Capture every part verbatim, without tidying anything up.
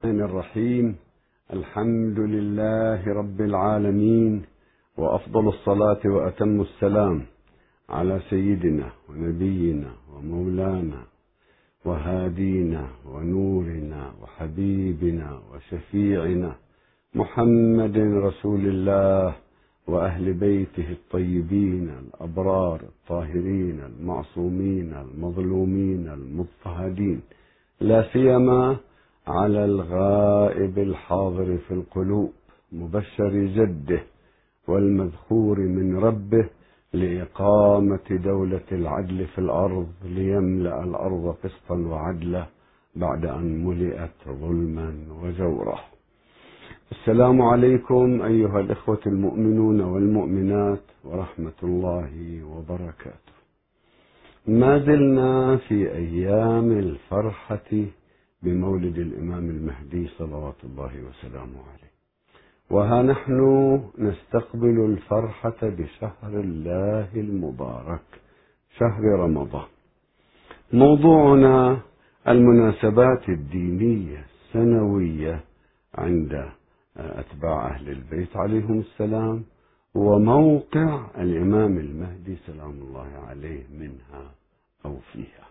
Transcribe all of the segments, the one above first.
الرحمن الرحيم. الحمد لله رب العالمين، وأفضل الصلاة وأتم السلام على سيدنا ونبينا ومولانا وهادينا ونورنا وحبيبنا وشفيعنا محمد رسول الله وأهل بيته الطيبين الأبرار الطاهرين المعصومين المظلومين المضطهدين، لا سيما على الغائب الحاضر في القلوب مبشر جده والمذخور من ربه لإقامة دولة العدل في الأرض ليملأ الأرض قسطا وعدلا بعد أن ملئت ظلما وجورا. السلام عليكم أيها الإخوة المؤمنون والمؤمنات ورحمة الله وبركاته. ما زلنا في أيام الفرحة بمولد الإمام المهدي صلوات الله وسلامه عليه، وها نحن نستقبل الفرحة بشهر الله المبارك شهر رمضان. موضوعنا المناسبات الدينية السنوية عند أتباع أهل البيت عليهم السلام، وموقع الإمام المهدي سلام الله عليه منها أو فيها.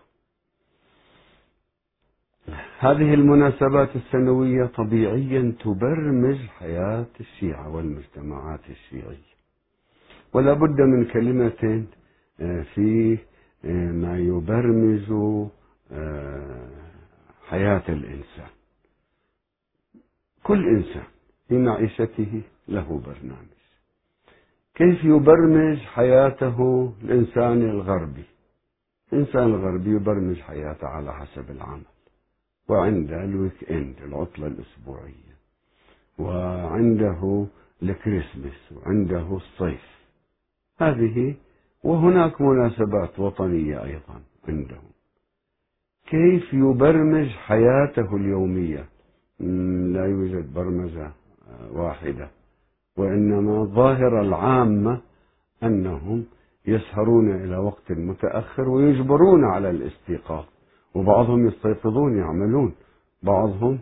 هذه المناسبات السنوية طبيعيا تبرمج حياة الشيعة والمجتمعات الشيعية، ولا بد من كلمة في ما يبرمج حياة الإنسان. كل إنسان في معيشته له برنامج. كيف يبرمج حياته الإنسان الغربي؟ الإنسان الغربي يبرمج حياته على حسب العمل، وعنده الويك اند العطلة الأسبوعية، وعنده الكريسماس، وعنده الصيف، هذه وهناك مناسبات وطنية أيضا عندهم. كيف يبرمج حياته اليومية؟ لا يوجد برمجة واحدة، وإنما الظاهرة العامة أنهم يسهرون إلى وقت متأخر ويجبرون على الاستيقاظ، وبعضهم يستيقظون يعملون، بعضهم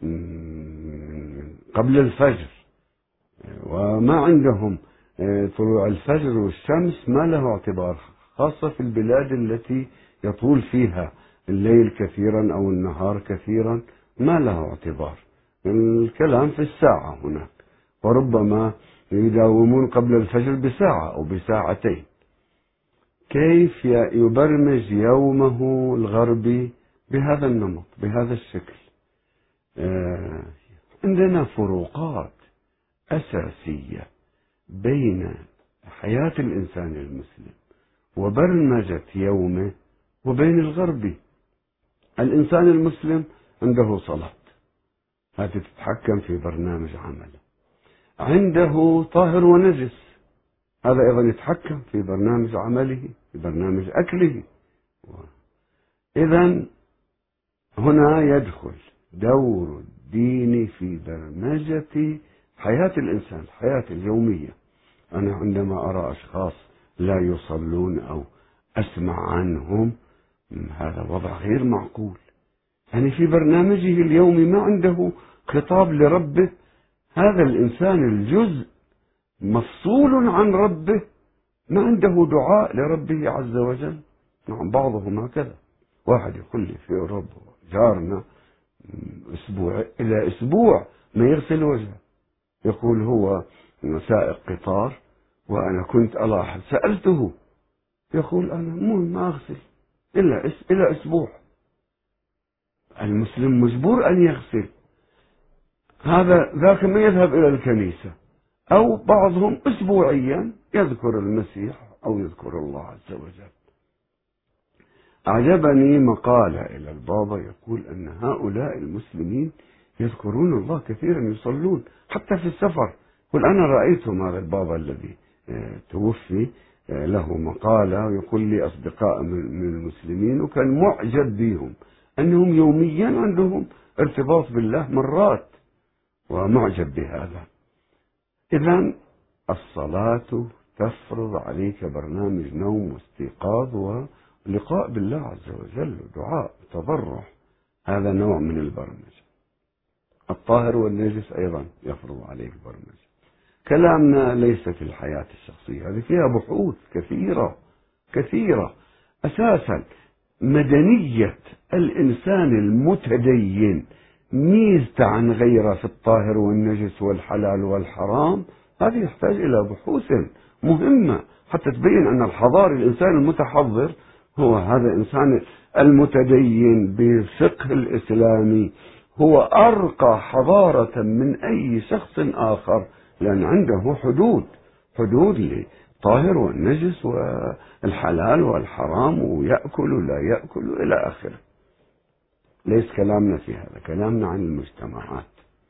قبل الفجر، وما عندهم طلوع الفجر والشمس ما له اعتبار، خاصة في البلاد التي يطول فيها الليل كثيرا أو النهار كثيرا ما له اعتبار. الكلام في الساعة هناك، وربما يداومون قبل الفجر بساعة أو بساعتين. كيف يبرمج يومه الغربي بهذا النمط بهذا الشكل؟ آه عندنا فروقات أساسية بين حياة الإنسان المسلم وبرمجة يومه وبين الغربي. الإنسان المسلم عنده صلاة، هذه تتحكم في برنامج عمله. عنده طاهر ونجس، هذا أيضا يتحكم في برنامج عمله، في برنامج أكله. إذن هنا يدخل دور الدين في برمجة حياة الإنسان، الحياة اليومية. أنا عندما أرى أشخاص لا يصلون أو أسمع عنهم، هذا وضع غير معقول. يعني في برنامجه اليومي ما عنده خطاب لربه. هذا الإنسان الجزء مفصول عن ربه، ما عنده دعاء لربه عز وجل. نعم، بعضهم هكذا. واحد يقول لي في أوروبا جارنا أسبوع إلى أسبوع ما يغسل وجهه، يقول هو سائق قطار وأنا كنت ألاحظ، سألته يقول أنا مو ما أغسل إلا إلى أسبوع. المسلم مجبور أن يغسل. هذا ذاك ما يذهب إلى الكنيسة، أو بعضهم أسبوعيا يذكر المسيح أو يذكر الله عز وجل. أعجبني مقالة إلى البابا يقول أن هؤلاء المسلمين يذكرون الله كثيرا، يصلون حتى في السفر. قل أنا رأيتهم، هذا البابا الذي توفي له مقالة يقول لي أصدقاء من المسلمين، وكان معجب بهم أنهم يوميا عندهم ارتباط بالله مرات، ومعجب بهذا. إذن الصلاة تفرض عليك برنامج نوم واستيقاظ ولقاء بالله عز وجل، دعاء تضرع، هذا نوع من البرمجة. الطاهر والنجس أيضا يفرض عليه البرمجة. كلامنا ليس في الحياة الشخصية، هذه فيها بحوث كثيرة كثيرة. أساسا مدنية الإنسان المتدين ميزته عن غيره في الطاهر والنجس والحلال والحرام، هذه يحتاج إلى بحوث مهمة حتى تبين أن الحضاري الإنسان المتحضر هو هذا الإنسان المتدين بالفقه الإسلامي، هو أرقى حضارة من أي شخص آخر، لأن عنده حدود حدود للطاهر والنجس والحلال والحرام، ويأكل ولا يأكل إلى آخره. ليس كلامنا في هذا، كلامنا عن المجتمعات.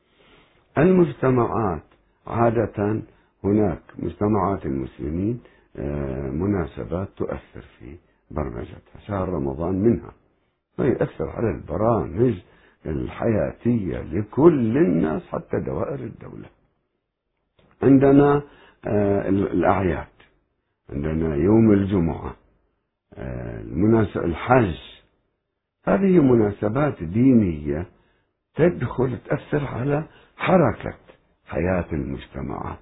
المجتمعات عادة هناك مجتمعات المسلمين مناسبات تؤثر في برمجتها، شهر رمضان منها، فيؤثر على البرامج الحياتية لكل الناس حتى دوائر الدولة. عندنا الأعياد، عندنا يوم الجمعة، المناسبة الحج، هذه مناسبات دينية تدخل تأثر على حركة حياة المجتمعات.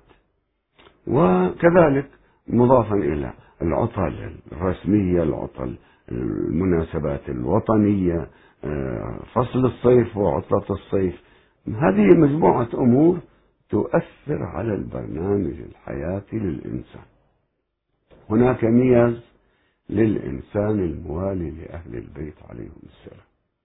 وكذلك مضافا إلى العطل الرسمية، العطل المناسبات الوطنية، فصل الصيف وعطلة الصيف، هذه مجموعة أمور تؤثر على البرنامج الحياتي للإنسان. هناك ميز للإنسان الموالي لأهل البيت عليهم السلام،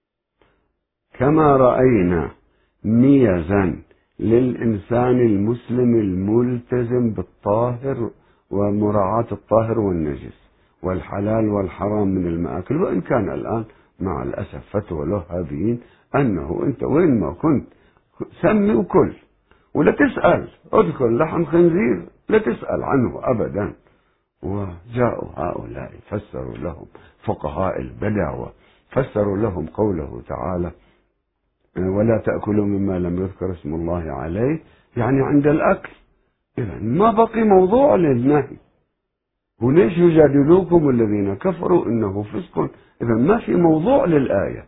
كما رأينا ميزا للإنسان المسلم الملتزم بالطاهر ومراعاة الطاهر والنجس والحلال والحرام من المآكل، وإن كان الآن مع الأسف فتوى الوهابيين أنه أنت وين ما كنت سمي وكل، ولا تسأل، ادخل لحم خنزير لا تسأل عنه أبدا. وجاءوا هؤلاء فسروا لهم فقهاء البداوة، فسروا لهم قوله تعالى ولا تأكلوا مما لم يذكر اسم الله عليه، يعني عند الأكل. إذا ما بقي موضوع للنهي، وليش يجادلوكم الذين كفروا إنه فسق؟ إذا ما في موضوع للآية،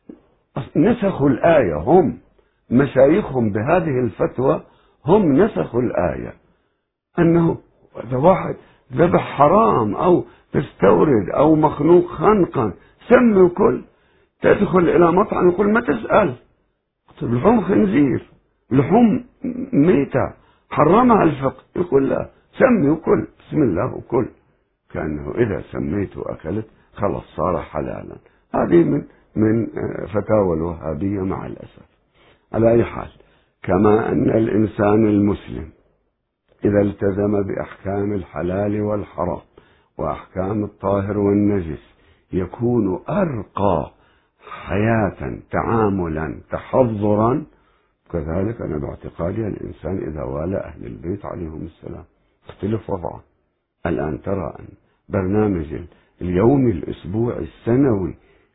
نسخوا الآية، هم مشايخهم بهذه الفتوى هم نسخوا الآية، أنه إذا واحد ذبح حرام أو تستورد أو مخنوق خنقا سمي وكل، تدخل إلى مطعم يقول ما تسأل، لحوم خنزير لحوم ميتة حرمها الفقه، يقول لا سمي وكل بسم الله وكل، كأنه إذا سميت وأكلت خلص صار حلالا. هذه من من فتاوى الوهابية مع الأسف. على أي حال، كما أن الإنسان المسلم إذا التزم بأحكام الحلال والحرام وأحكام الطاهر والنجس يكون أرقى حياة تعاملا تحضرا، كذلك أنا باعتقادي الإنسان إذا والى أهل البيت عليهم السلام اختلف وضعه. الآن ترى أن برنامج اليومي الأسبوعي السنوي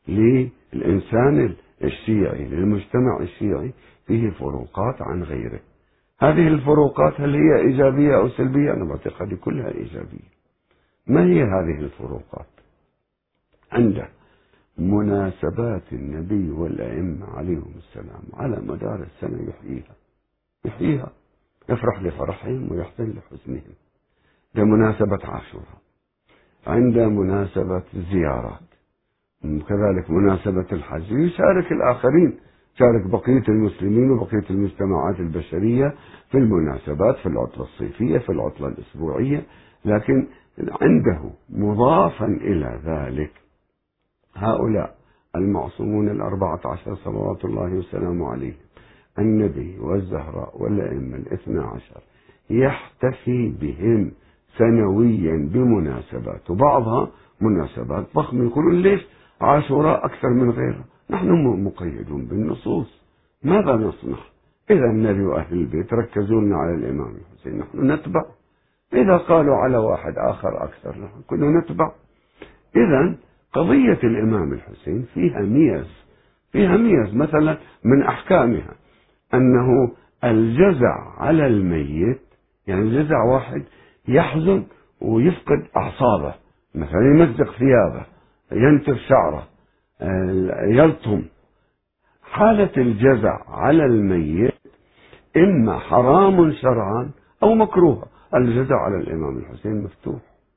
للإنسان الشيعي للمجتمع الشيعي فيه فروقات عن غيره. هذه الفروقات هل هي إيجابية أو سلبية؟ أنا باعتقادي كلها إيجابية. ما هي هذه الفروقات؟ عنده مناسبات النبي والأئمة عليهم السلام على مدار السنة يحييها يحييها يفرح لفرحهم ويحزن لحزنهم. ده مناسبة عاشوراء، عند مناسبة الزيارات، كذلك مناسبة الحج يشارك الآخرين، شارك بقية المسلمين وبقية المجتمعات البشرية في المناسبات، في العطلة الصيفية، في العطلة الأسبوعية. لكن عنده مضافا إلى ذلك هؤلاء المعصومون الأربعة عشر صلوات الله وسلامه عليهم، النبي والزهراء والأئمة الاثنى عشر، يحتفي بهم سنويا بمناسبات، وبعضها مناسبات ضخمة. يقولون ليش عاشوراء أكثر من غيرها؟ نحن مقيدون بالنصوص، ماذا نصنع؟ إذا النبي وأهل البيت ركزوا لنا على الإمام الحسين نحن نتبع، إذا قالوا على واحد آخر أكثر نحن كنا نتبع. إذا قضية الإمام الحسين فيها ميز، فيها ميز مثلا من أحكامها أنه الجزع على الميت، يعني الجزع واحد يحزن ويفقد أعصابه، مثلا يمزق ثيابه، ينتف شعره، يلطم، حالة الجزع على الميت إما حرام شرعا أو مكروه. الجزع على الإمام الحسين مفتوح.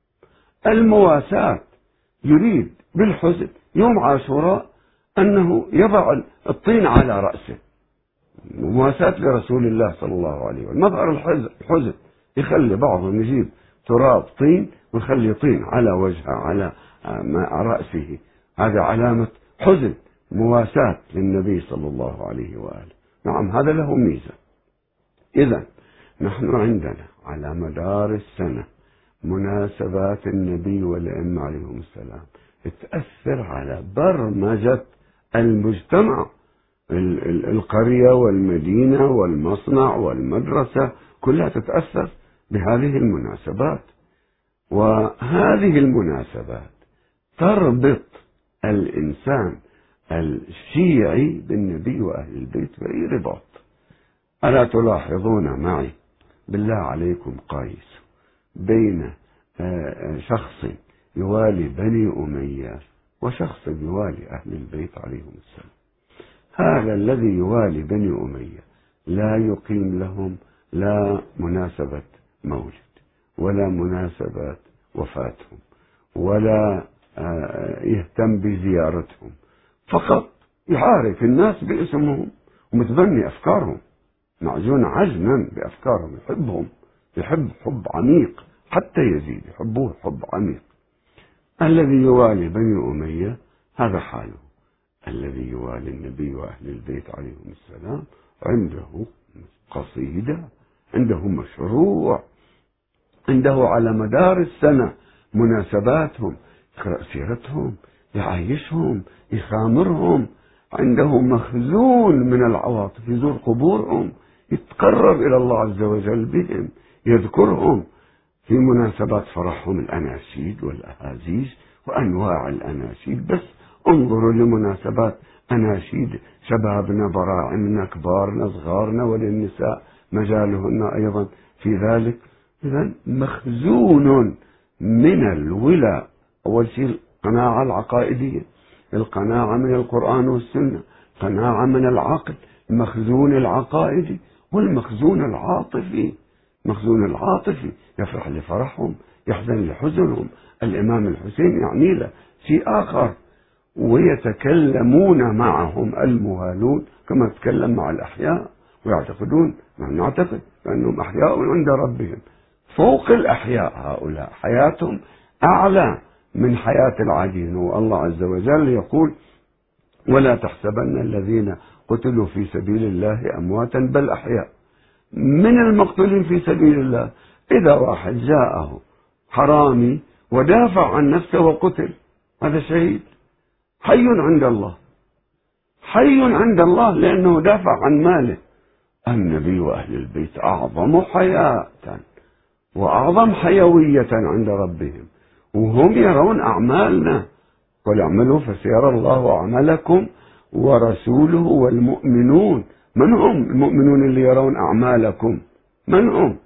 المواساة يريد بالحزن يوم عاشوراء أنه يضع الطين على رأسه، مواساة لرسول الله صلى الله عليه وسلم، مظهر الحزن، يخلي بعضهم يجيب تراب طين ويخلي طين على وجهه على رأسه، هذا علامة حزن، مواساة للنبي صلى الله عليه وآله. نعم هذا له ميزة. إذا نحن عندنا على مدار السنة مناسبات النبي والأئمة عليهم السلام تأثر على برمجة المجتمع، القرية والمدينة والمصنع والمدرسة كلها تتأثر بهذه المناسبات. وهذه المناسبات تربط الإنسان الشيعي بالنبي وأهل البيت بأي رباط. ألا تلاحظون معي بالله عليكم قايس بين شخص يوالي بني أمية وشخص يوالي أهل البيت عليهم السلام. هذا الذي يوالي بني أمية لا يقيم لهم لا مناسبة مولد ولا مناسبة وفاتهم ولا يهتم بزيارتهم، فقط يعارف الناس باسمهم ومتبني أفكارهم، معجون عجنا بأفكارهم، يحبهم، يحب حب عميق حتى يزيد يحبوه حب عميق. الذي يوالي بني أمية هذا حاله. الذي يوالي النبي وأهل البيت عليهم السلام عنده قصيدة، عنده مشروع، عنده على مدار السنة مناسباتهم، يقرأ سيرتهم، يعيشهم، يخامرهم، عنده مخزون من العواطف، يزور قبورهم، يتقرب إلى الله عز وجل بهم، يذكرهم في مناسبات فرحهم، الأناشيد والأهازيج وأنواع الأناشيد. بس انظروا لمناسبات أناشيد شبابنا، براعمنا، كبارنا، صغارنا، وللنساء مجالهن أيضا في ذلك. إذن مخزون من الولاء. أول شيء القناعة العقائدية، القناعة من القرآن والسنة، قناعة من العقل، المخزون العقائدي والمخزون العاطفي. مخزون العاطفي يفرح لفرحهم، يحزن لحزنهم. الإمام الحسين يعني له شيء آخر، ويتكلمون معهم الموالون كما تكلم مع الأحياء، ويعتقدون، نحن نعتقد أنهم أحياء عند ربهم فوق الأحياء. هؤلاء حياتهم أعلى من حياة العادين. والله عز وجل يقول: ولا تحسبن الذين قتلوا في سبيل الله أمواتا بل أحياء. من المقتولين في سبيل الله إذا واحد جاءه حرامي ودافع عن نفسه وقتل، هذا شهيد حي عند الله، حي عند الله لأنه دافع عن ماله. النبي وأهل البيت أعظم حياة وأعظم حيوية عند ربهم، وهم يرون أعمالنا: قل اعملوا فسيرى الله أعمالكم ورسوله والمؤمنون. من هم المؤمنون اللي يرون أعمالكم؟ من هم؟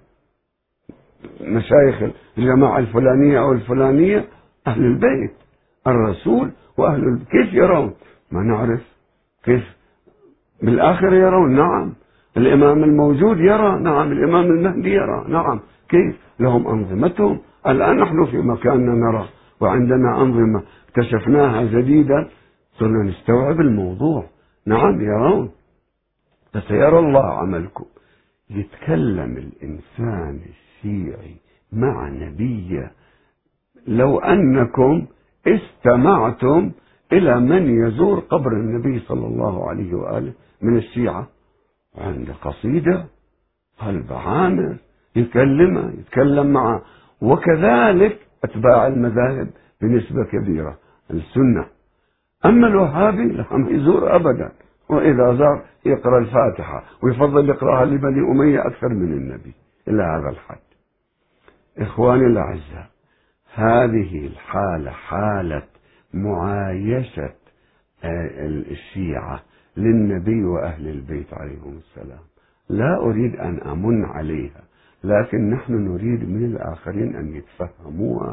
مشايخ الجماعة الفلانية أو الفلانية؟ أهل البيت، الرسول وأهل البيت. كيف يرون؟ ما نعرف كيف. بالآخر يرون، نعم. الإمام الموجود يرى، نعم. الإمام المهدي يرى، نعم. كيف؟ لهم أنظمتهم. الآن نحن في مكاننا نرى، وعندنا أنظمة اكتشفناها جديدا، صرنا نستوعب الموضوع. نعم يرون. فسيرى الله عملكم. يتكلم الإنسان الشيعي مع نبيه. لو أنكم استمعتم إلى من يزور قبر النبي صلى الله عليه وآله من الشيعة، عنده قصيدة، قلب عامر، يكلمه، يتكلم معه. وكذلك أتباع المذاهب بنسبة كبيرة، السنة. أما الوهابي لا يزور أبدا، وإذا زار يقرأ الفاتحة، ويفضل يقرأها لبني أمية أكثر من النبي، إلى هذا الحد. إخواني الأعزاء، هذه الحالة حالة معايشة الشيعة للنبي وأهل البيت عليهم السلام. لا أريد أن أمن عليها، لكن نحن نريد من الآخرين أن يتفهموها.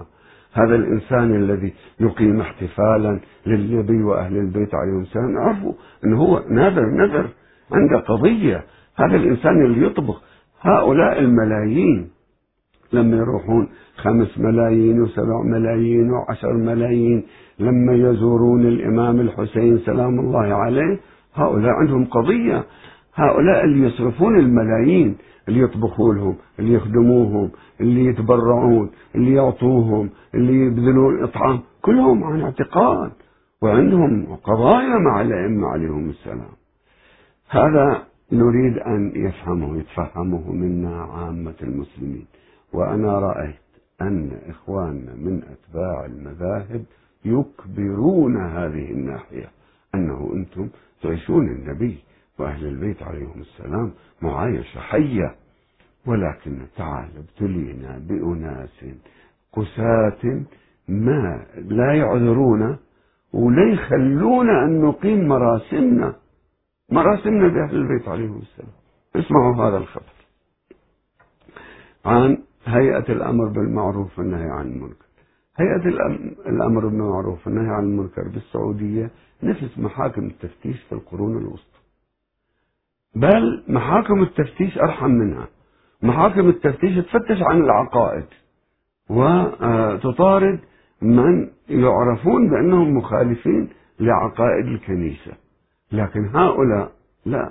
هذا الإنسان الذي يقيم احتفالا للنبي وأهل البيت عليهم السلام، عرفوا أنه هو نذر نذر عنده قضية. هذا الإنسان اللي يطبخ، هؤلاء الملايين لما يروحون خمس ملايين وسبع ملايين وعشر ملايين لما يزورون الإمام الحسين سلام الله عليه، هؤلاء عندهم قضية. هؤلاء اللي يصرفون الملايين، اللي يطبخوا لهم، اللي يخدموهم، اللي يتبرعون، اللي يعطوهم، اللي يبذلون إطعام، كلهم عن اعتقاد وعندهم قضايا مع الأئمة عليهم السلام. هذا نريد أن يفهمه يتفهمه منا عامة المسلمين. وأنا رأيت أن إخواننا من أتباع المذاهب يكبرون هذه الناحية، أنه أنتم تعيشون النبي وأهل البيت عليهم السلام معايشة حية، ولكن تعال ابتلينا بأناس قساة ما لا يعذرون ولا يخلون أن نقيم مراسمنا مراسمنا بأهل البيت عليهم السلام. اسمعوا هذا الخبر عن هيئة الأمر بالمعروف والنهي عن المنكر. هيئة الأمر بالمعروف والنهي عن المنكر بالسعودية نفس محاكم التفتيش في القرون الوسطى، بل محاكم التفتيش أرحم منها. محاكم التفتيش تفتش عن العقائد وتطارد من يعرفون بأنهم مخالفين لعقائد الكنيسة، لكن هؤلاء لا.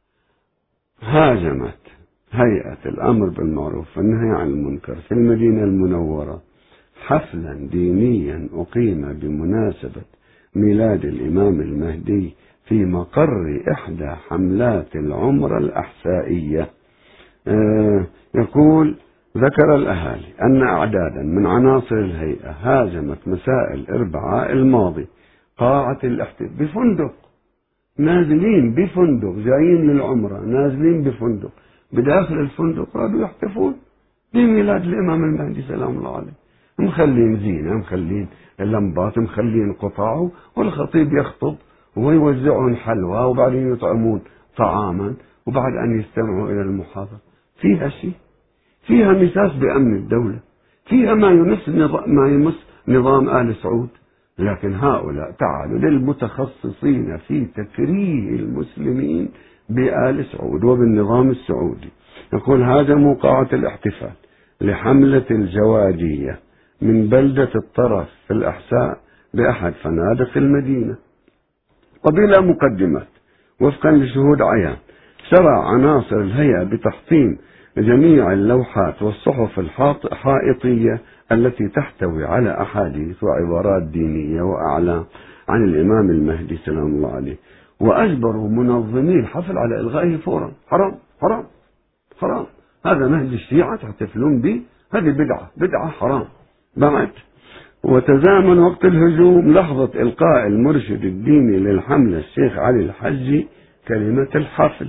هاجمت هيئة الأمر بالمعروف والنهي عن المنكر في المدينة المنورة حفلا دينيا أقيم بمناسبة ميلاد الإمام المهدي في مقر إحدى حملات العمرة الأحسائية. آه يقول ذكر الأهالي أن أعدادا من عناصر الهيئة هاجمت مساء الأربعاء الماضي قاعة الاحتفال بفندق، نازلين بفندق، جايين للعمرة نازلين بفندق، بداخل الفندق قالوا يحتفون بميلاد الإمام المهدي سلام الله عليه، مخلين زينة، مخلين لمبات، مخلين قطع، والخطيب يخطب ويوزعون حلوى وبعدين يطعمون طعاما وبعد أن يستمعوا إلى المحاضرة. فيها شيء؟ فيها مساس بأمن الدولة، فيها ما يمس ما يمس نظام آل سعود. لكن هؤلاء تعالوا للمتخصصين في تكريه المسلمين بآل سعود وبالنظام السعودي. يقول هاجموا قاعة الاحتفال لحملة الجوادية من بلدة الطرف في الأحساء بأحد فنادق المدينة، وبلا مقدمات وفقا لشهود عيان شرع عناصر الهيئة بتحطيم جميع اللوحات والصحف الحائطية التي تحتوي على أحاديث وعبارات دينية وأعلام عن الإمام المهدي سلام الله عليه، وأجبروا منظمي الحفل على إلغائه فورا. حرام حرام حرام، هذا نهج الشيعة تحتفلون به، هذه بدعة بدعة حرام بعد. وتزامن وقت الهجوم لحظة إلقاء المرشد الديني للحملة الشيخ علي الحجي كلمة الحفل،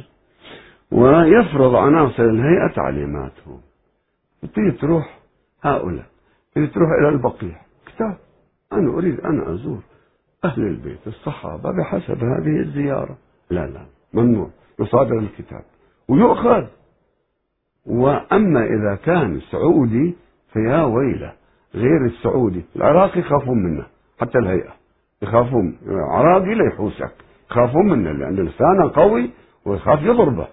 ويفرض عناصر الهيئة تعليماتهم. تيجي تروح هؤلاء تيجي تروح إلى البقيع كتاب، أنا أريد أن أزور أهل البيت الصحابة بحسب هذه الزيارة، لا لا ممنوع، يصادر الكتاب ويؤخذ. وأما إذا كان سعودي فيا ويله، غير السعودي العراقي يخافون منه، حتى الهيئة يخافون، عراقي لا يحوسك يخافون منه لأن لسانه قوي ويخاف يضربه،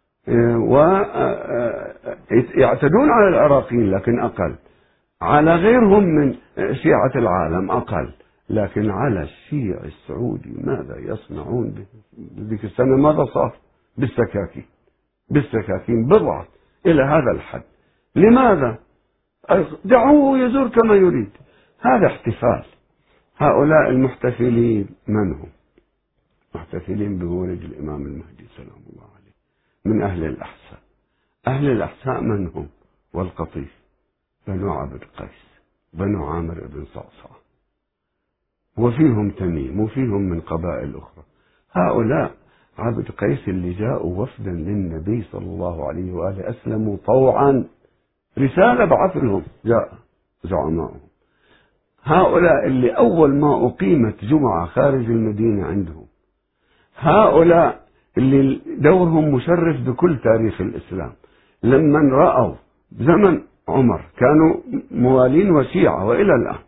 ويعتدون على العراقيين لكن أقل، على غيرهم من شيعة العالم أقل، لكن على الشيعي السعودي ماذا يصنعون به؟ ذيك السنة ماذا صار بالسكاكين بالسكاكين بضعة إلى هذا الحد. لماذا؟ دعوه يزور كما يريد، هذا احتفال. هؤلاء المحتفلين من هم؟ محتفلين بمولد الإمام المهدي سلام الله عليه من أهل الأحساء. أهل الأحساء من هم؟ والقطيف، بنو عبد قيس، بنو عامر بن صعصع، وفيهم تميم وفيهم من قبائل أخرى. هؤلاء عبد قيس اللي جاءوا وفدا للنبي صلى الله عليه وآله أسلموا طوعا، رسالة بعث لهم جاء زعمائهم. هؤلاء اللي أول ما أقيمت جمعة خارج المدينة عندهم، هؤلاء اللي دورهم مشرف بكل تاريخ الإسلام، لمن رأوا زمن عمر كانوا موالين وشيعة وإلى الآن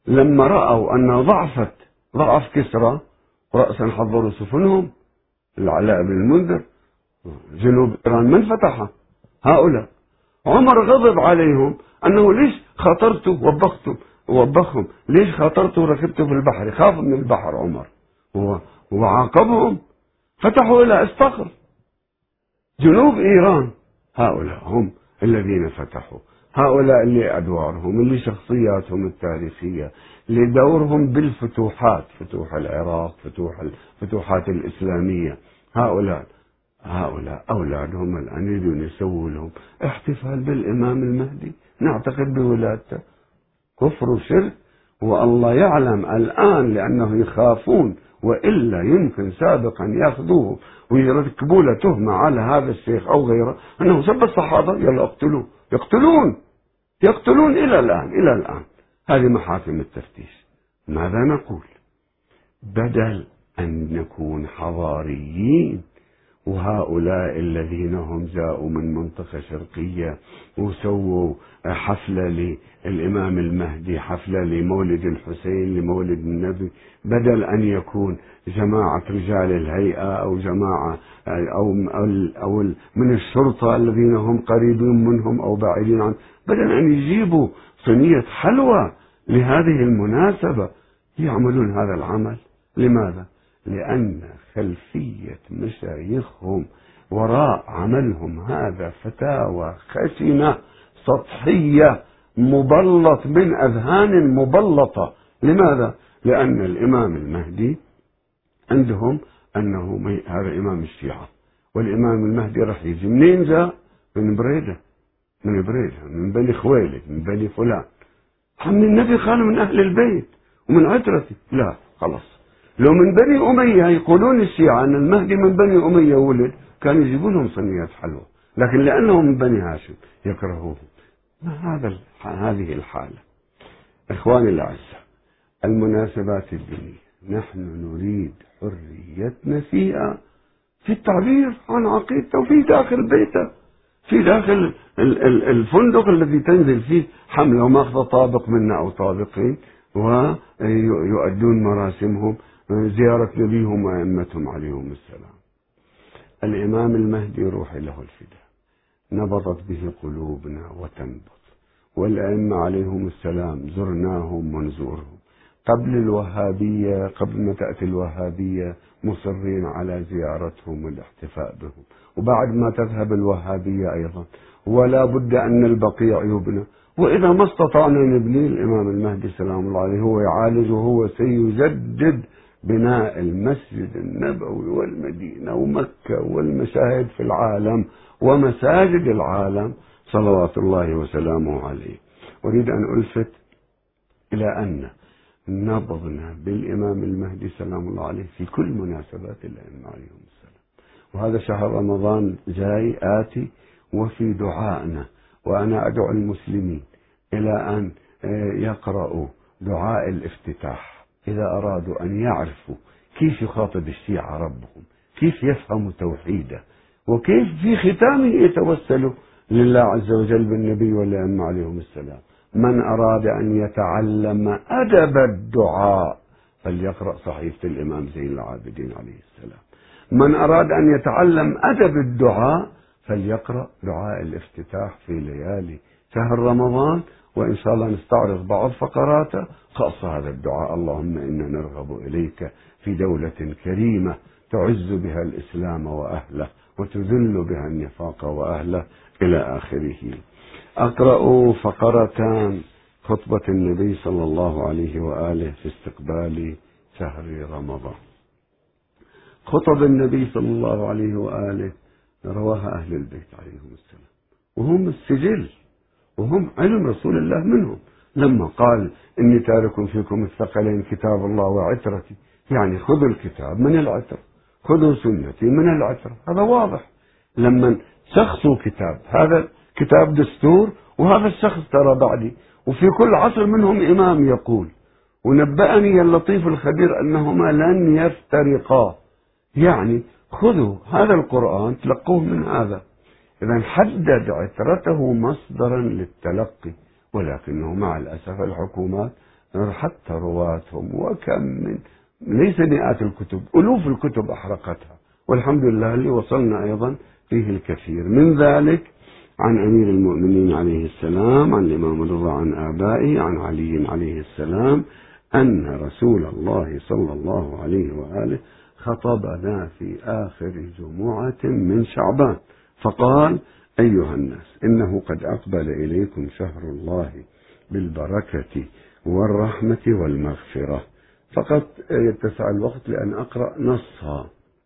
لما رأوا أن ضعفت ضعف كسرى رأسا حضروا سفنهم، العلاء بن المنذر جنوب إيران من فتحها؟ هؤلاء. عمر غضب عليهم أنه ليش خاطرتوا وبختوا وبخهم، ليش خاطرتوا وركبتوا في البحر، خاف من البحر عمر وعاقبهم، فتحوا إلى الصخر جنوب إيران. هؤلاء هم الذين فتحوا، هؤلاء اللي أدوارهم، اللي شخصياتهم التاريخية، اللي دورهم بالفتوحات، فتوح العراق، فتوح الفتوحات الإسلامية. هؤلاء هؤلاء أولادهم الآن يريدون يسووا لهم احتفال بالإمام المهدي، نعتقد بولادته، كفر وشرك. والله يعلم الآن لأنه يخافون، وإلا يمكن سابقا يأخذوه ويركبوا له تهمة على هذا الشيخ أو غيره أنه سب الصحابة، يلا اقتلوه، يقتلون يقتلون إلى الآن إلى الآن. هذه محاكم التفتيش. ماذا نقول؟ بدل أن نكون حضاريين، وهؤلاء الذين هم جاءوا من منطقة شرقية وسووا حفلة للإمام المهدي، حفلة لمولد الحسين، لمولد النبي، بدل أن يكون جماعة رجال الهيئة أو جماعة أو, أو من الشرطة الذين هم قريبين منهم أو بعيدين عنه، بدل أن يجيبوا صينية حلوى لهذه المناسبة يعملون هذا العمل. لماذا؟ لأن خلفية مشايخهم وراء عملهم هذا فتاوى خشنة سطحية مبلط من أذهان مبلطة. لماذا؟ لأن الإمام المهدي عندهم أنه هذا إمام الشيعة، والإمام المهدي راح يجي منين؟ جاء من بريدة، من بريدة من بني خويلد، من بني فلان. عم النبي قال من أهل البيت ومن عترته. لا خلاص، لو من بني أمية يقولون الشيعة أن المهدي من بني أمية ولد، كانوا يجيبون لهم صينيات حلوى، لكن لأنهم من بني هاشم يكرهوهم. ما هذا هذه الحالة. إخواني الأعزاء، المناسبات الدينية نحن نريد حريتنا فيها، في التعبير عن عقيدته، وفي داخل بيته، في داخل الفندق الذي تنزل فيه حملة وماخذ طابق منا أو طابقين، ويؤدون مراسمهم، زيارة نبيهم وأئمتهم عليهم السلام. الإمام المهدي روح له الفداء، نبضت به قلوبنا وتنبض، والأئمة عليهم السلام زرناهم ونزورهم. قبل الوهابية، قبل ما تأتي الوهابية، مصرين على زيارتهم والاحتفاء بهم، وبعد ما تذهب الوهابية أيضا ولا بد أن البقيع يبنى، وإذا ما استطعنا نبني، الإمام المهدي سلام الله عليه هو يعالج، وهو سيجدد بناء المسجد النبوي والمدينة ومكة والمشاهد في العالم ومساجد العالم صلوات الله وسلامه عليه. أريد أن ألفت إلى أن نبضنا بالإمام المهدي سلام الله عليه في كل مناسبات الأئمة عليهم السلام، وهذا شهر رمضان جاي آتي، وفي دعائنا، وأنا أدعو المسلمين إلى أن يقرأوا دعاء الافتتاح إذا أرادوا أن يعرفوا كيف يخاطب الشيعة ربهم، كيف يفهموا توحيده، وكيف في ختامه يتوسلوا لله عز وجل بالنبي والأئمة عليهم السلام. من أراد أن يتعلم أدب الدعاء فليقرأ صحيفة الإمام زين العابدين عليه السلام. من أراد أن يتعلم أدب الدعاء فليقرأ دعاء الافتتاح في ليالي شهر رمضان، وإن شاء الله نستعرض بعض فقراته خاصة هذا الدعاء: اللهم إنا نرغب إليك في دولة كريمة تعز بها الإسلام وأهله وتذل بها النفاق وأهله، إلى آخره. أقرأ فقرتان خطبة النبي صلى الله عليه وآله في استقبال شهر رمضان. خطب النبي صلى الله عليه وآله رواها أهل البيت عليهم السلام، وهم السجل، وهم علم رسول الله منهم، لما قال إني تارك فيكم الثقلين كتاب الله وعترتي، يعني خذوا الكتاب من العتر، خذوا سنتي من العتر. هذا واضح. لما شخصوا كتاب، هذا كتاب دستور، وهذا الشخص ترى بعدي، وفي كل عصر منهم إمام يقول، ونبأني اللطيف الخبير أنهما لن يفترقا، يعني خذوا هذا القرآن تلقوه من هذا. إذا حدد عترته مصدرا للتلقي، ولكنه مع الأسف الحكومات حتى رواتهم، وكم من ليس مئات الكتب، ألوف الكتب أحرقتها، والحمد لله اللي وصلنا أيضا فيه الكثير من ذلك عن أمير المؤمنين عليه السلام، عن الإمام الرضا، عن آبائه، عن علي عليه السلام، أن رسول الله صلى الله عليه وآله خطبنا في آخر جمعة من شعبان فقال: أيها الناس، إنه قد أقبل إليكم شهر الله بالبركة والرحمة والمغفرة. فقط يتسع الوقت لأن أقرأ نصها.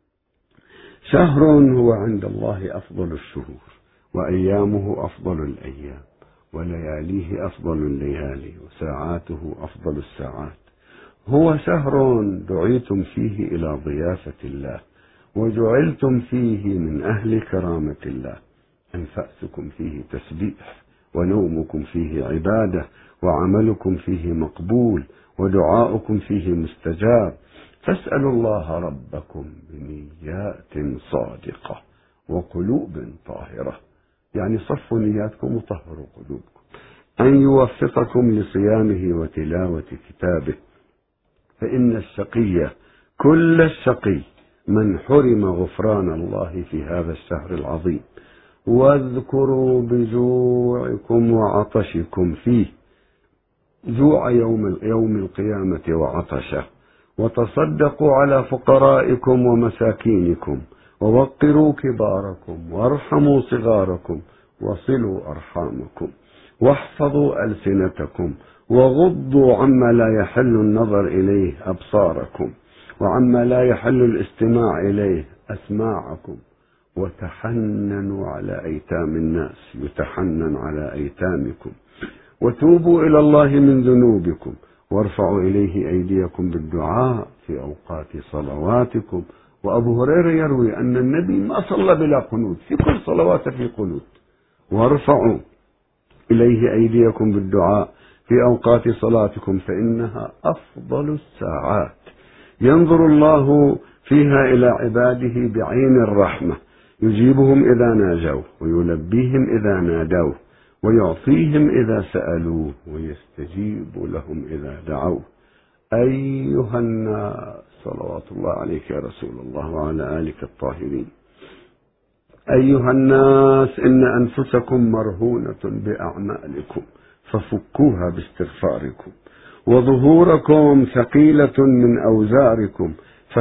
شهر هو عند الله أفضل الشهور، وأيامه أفضل الأيام، ولياليه أفضل الليالي، وساعاته أفضل الساعات. هو شهر دعيتم فيه إلى ضيافة الله، وجعلتم فيه من أهل كرامة الله. أنفاسكم فيه تسبيح، ونومكم فيه عبادة، وعملكم فيه مقبول، ودعاؤكم فيه مستجاب. فاسألوا الله ربكم بنيات صادقة وقلوب طاهرة، يعني صفوا نياتكم وطهروا قلوبكم، أن يوفقكم لصيامه وتلاوة كتابه، فإن الشقي كل الشقي من حرم غفران الله في هذا الشهر العظيم. واذكروا بجوعكم وعطشكم فيه، جوع يوم يوم القيامة وعطشه، وتصدقوا على فقرائكم ومساكينكم، ووقروا كباركم، وارحموا صغاركم، وصلوا أرحامكم، واحفظوا ألسنتكم، وغضوا عما لا يحل النظر إليه أبصاركم، وعما لا يحل الاستماع إليه أسماعكم، وتحننوا على أيتام الناس، يتحنن على أيتامكم، وتوبوا إلى الله من ذنوبكم، وارفعوا إليه أيديكم بالدعاء في أوقات صلواتكم. وأبو هريرة يروي أن النبي ما صلى بلا قنوت، في كل صلوات في قنوت. وارفعوا إليه أيديكم بالدعاء في أوقات صلاتكم، فإنها أفضل الساعات، ينظر الله فيها إلى عباده بعين الرحمة، يجيبهم إذا ناجوه، ويلبيهم إذا نادوه، ويعطيهم إذا سألوه، ويستجيب لهم إذا دعوه. أيها الناس، صلوات الله عليك يا رسول الله وعلى آلك الطاهرين. أيها الناس، إن أنفسكم مرهونة بأعمالكم، ففكوها باستغفاركم، وظهوركم ثقيلة من أوزاركم،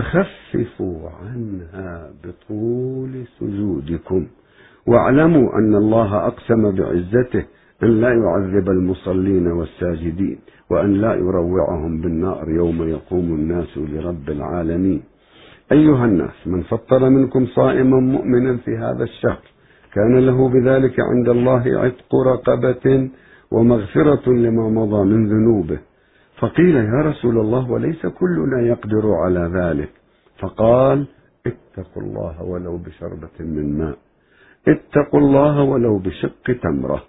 فخففوا عنها بطول سجودكم. واعلموا أن الله أقسم بعزته أن لا يعذب المصلين والساجدين، وأن لا يروعهم بالنار يوم يقوم الناس لرب العالمين. أيها الناس، من فطر منكم صائما مؤمنا في هذا الشهر كان له بذلك عند الله عتق رقبة ومغفرة لما مضى من ذنوبه. فقيل: يا رسول الله، وليس كلنا يقدر على ذلك؟ فقال: اتقوا الله ولو بشربة من ماء، اتقوا الله ولو بشق تمرة.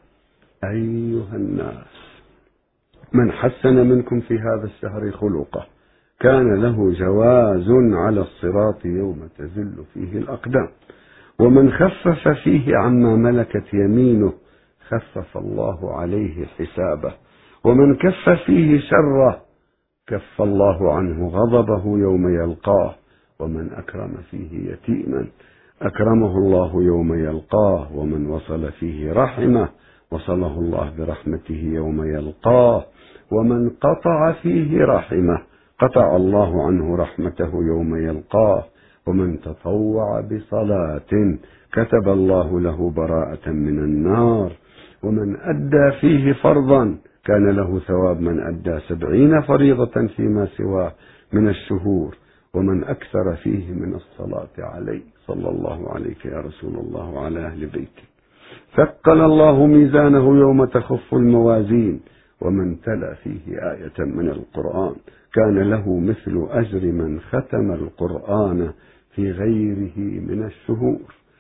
أيها الناس، من حسن منكم في هذا الشهر خلقه كان له جواز على الصراط يوم تزل فيه الأقدام، ومن خفف فيه عما ملكت يمينه خفف الله عليه حسابه، ومن كف فيه شره كف الله عنه غضبه يوم يلقاه، ومن أكرم فيه يتيما أكرمه الله يوم يلقاه، ومن وصل فيه رحمه وصله الله برحمته يوم يلقاه، ومن قطع فيه رحمه قطع الله عنه رحمته يوم يلقاه، ومن تطوع بصلاة كتب الله له براءة من النار، ومن أدى فيه فرضا كان له ثواب من أدى سبعين فريضة فيما سواه من الشهور، ومن أكثر فيه من الصلاة عليه صلى الله عليك يا رسول الله وعلى أهل بيته ثقل الله ميزانه يوم تخف الموازين، ومن تلا فيه آية من القرآن كان له مثل أجر من ختم القرآن في غيره من الشهور.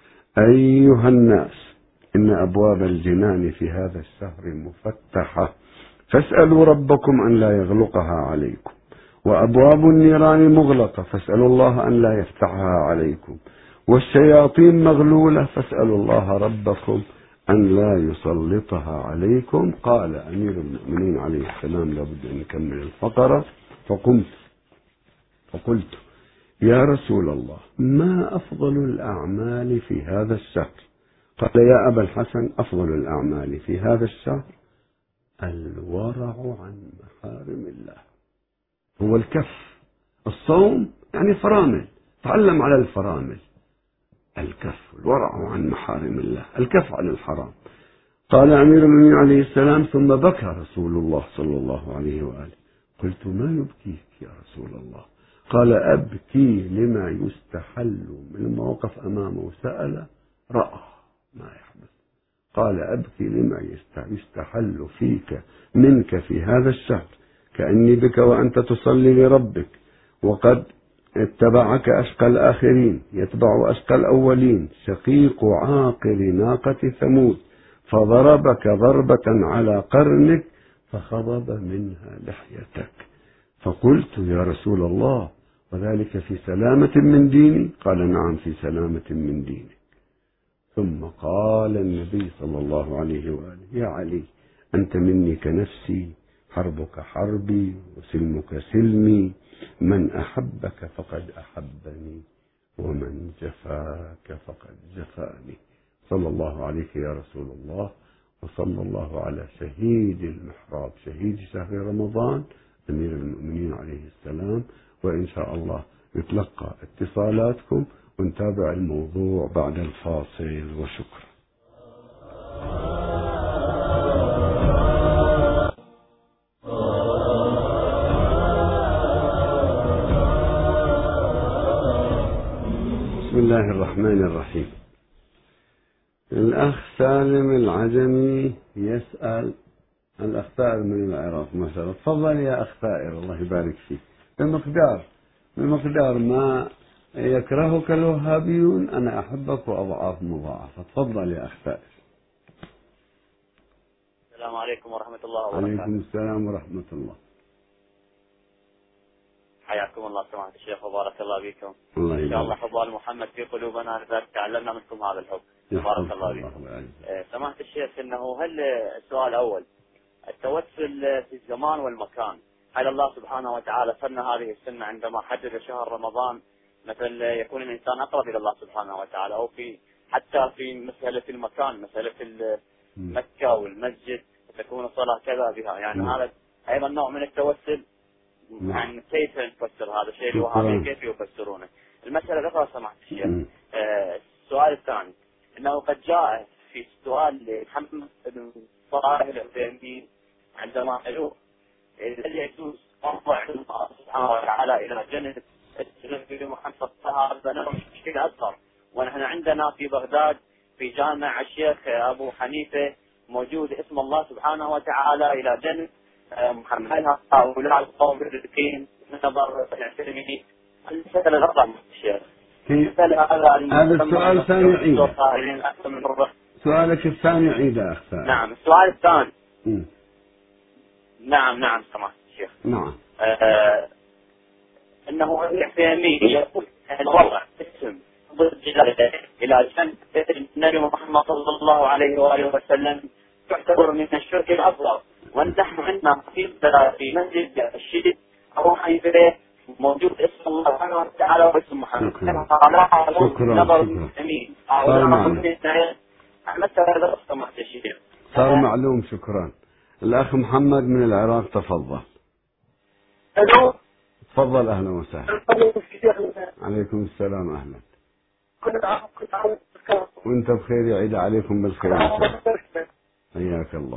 أيها الناس، إن أبواب الجنان في هذا الشهر مفتحة، فاسألوا ربكم أن لا يغلقها عليكم، وأبواب النيران مغلقة، فاسألوا الله أن لا يفتحها عليكم، والشياطين مغلولة، فاسألوا الله ربكم أن لا يسلطها عليكم. قال أمير المؤمنين عليه السلام لابد أن نكمل الفقرة. فقمت فقلت يا رسول الله ما أفضل الأعمال في هذا الشهر؟ قال يا أبا الحسن أفضل الأعمال في هذا الشهر الورع عن محارم الله. هو الكف. الصوم يعني فرامل، تعلم على الفرامل. الكف الورع عن محارم الله، الكف عن الحرام. قال أمير المؤمنين عليه السلام ثم بكى رسول الله صلى الله عليه وآله. قلت ما يبكيك يا رسول الله؟ قال أبكي لما يستحل من الموقف أمامه. سأل رأى ما يحدث. قال أبكي لما يستحل فيك منك في هذا الشهر كأني بك وأنت تصلي لربك وقد اتبعك أشقى الآخرين يتبع أشقى الأولين شقيق عاقر ناقة ثمود فضربك ضربة على قرنك فخضب منها لحيتك. فقلت يا رسول الله وذلك في سلامة من ديني؟ قال نعم في سلامة من دينك. ثم قال النبي صلى الله عليه وآله يا علي أنت مني كنفسي، حربك حربي وسلمك سلمي، من أحبك فقد أحبني ومن جفاك فقد جفاني. صلى الله عليك يا رسول الله، وصلى الله على شهيد المحراب شهيد شهر رمضان أمير المؤمنين عليه السلام. وإن شاء الله نتلقى اتصالاتكم ونتابع الموضوع بعد الفاصل. وشكرا. بسم الله الرحمن الرحيم. الأخ سالم العجمي يسأل الأخ ثائر من العراق ما شاء الله. تفضل يا أخ ثائر الله يبارك فيك. بمقدار بمقدار ما يكرهك الوهابيون أنا أحبك وأضعاف مضاعفة. تفضل يا أخ ثائر. السلام عليكم ورحمة الله وبركاته. عليكم السلام ورحمة الله. حياكم الله سماحة الشيخ وبارك الله بكم. الله إن شاء الله يبارك. حب آل محمد في قلوبنا لذلك تعلمنا منكم هذا الحب. بارك الله بكم. سماحة الشيخ إنه هل السؤال الأول التوسل في الزمان والمكان، هل الله سبحانه وتعالى سن هذه السنة عندما حدد شهر رمضان مثل يكون الإنسان أقرب إلى الله سبحانه وتعالى، أو في حتى في مسألة المكان مسألة مكة والمسجد تكون الصلاة كذا بها، يعني م. هذا أيضا نوع من التوسل. م. يعني كيف نفسر هذا الشيء الوهابي كيف يفسرونه؟ المسألة الأخرى سماحة الشيخ آه السؤال الثاني أنه قد جاء في سؤال محمد بن صالح العثيمين عندما قالوا الذي يجوز أربع الله سبحانه وتعالى إلى جنة النبي محمد صلى الله عليه وسلم مشكلة أصغر، ونحن عندنا في بغداد في جامع الشيخ أبو حنيفة موجود اسم الله سبحانه وتعالى إلى جنة محمد. هؤلاء القوم الركين نظر العلمي المسألة الأخرى الشيخ. هذا السؤال الثاني عيد. سؤالك الثاني عيد يا أخ. نعم السؤال الثاني. م. نعم نعم سمعت الشيخ. نعم. آه انه العثيمين يقول الوضع اسم ضد الى جنب النبي محمد صلى الله عليه واله وسلم تعتبر من الشرك الاصغر، ونحن عندنا في في مسجد الشيخ ابو حنيفه موجود اسم الله سبحانه وتعالى واسم محمد. شكرا. شكرا. صار معلوم. شكرا. الأخ محمد من العراق تفضل. ألو. تفضل أهلا وسهلا. عليكم السلام أهلا. وأنت بخير يعيد عليكم بالخير. حياك الله.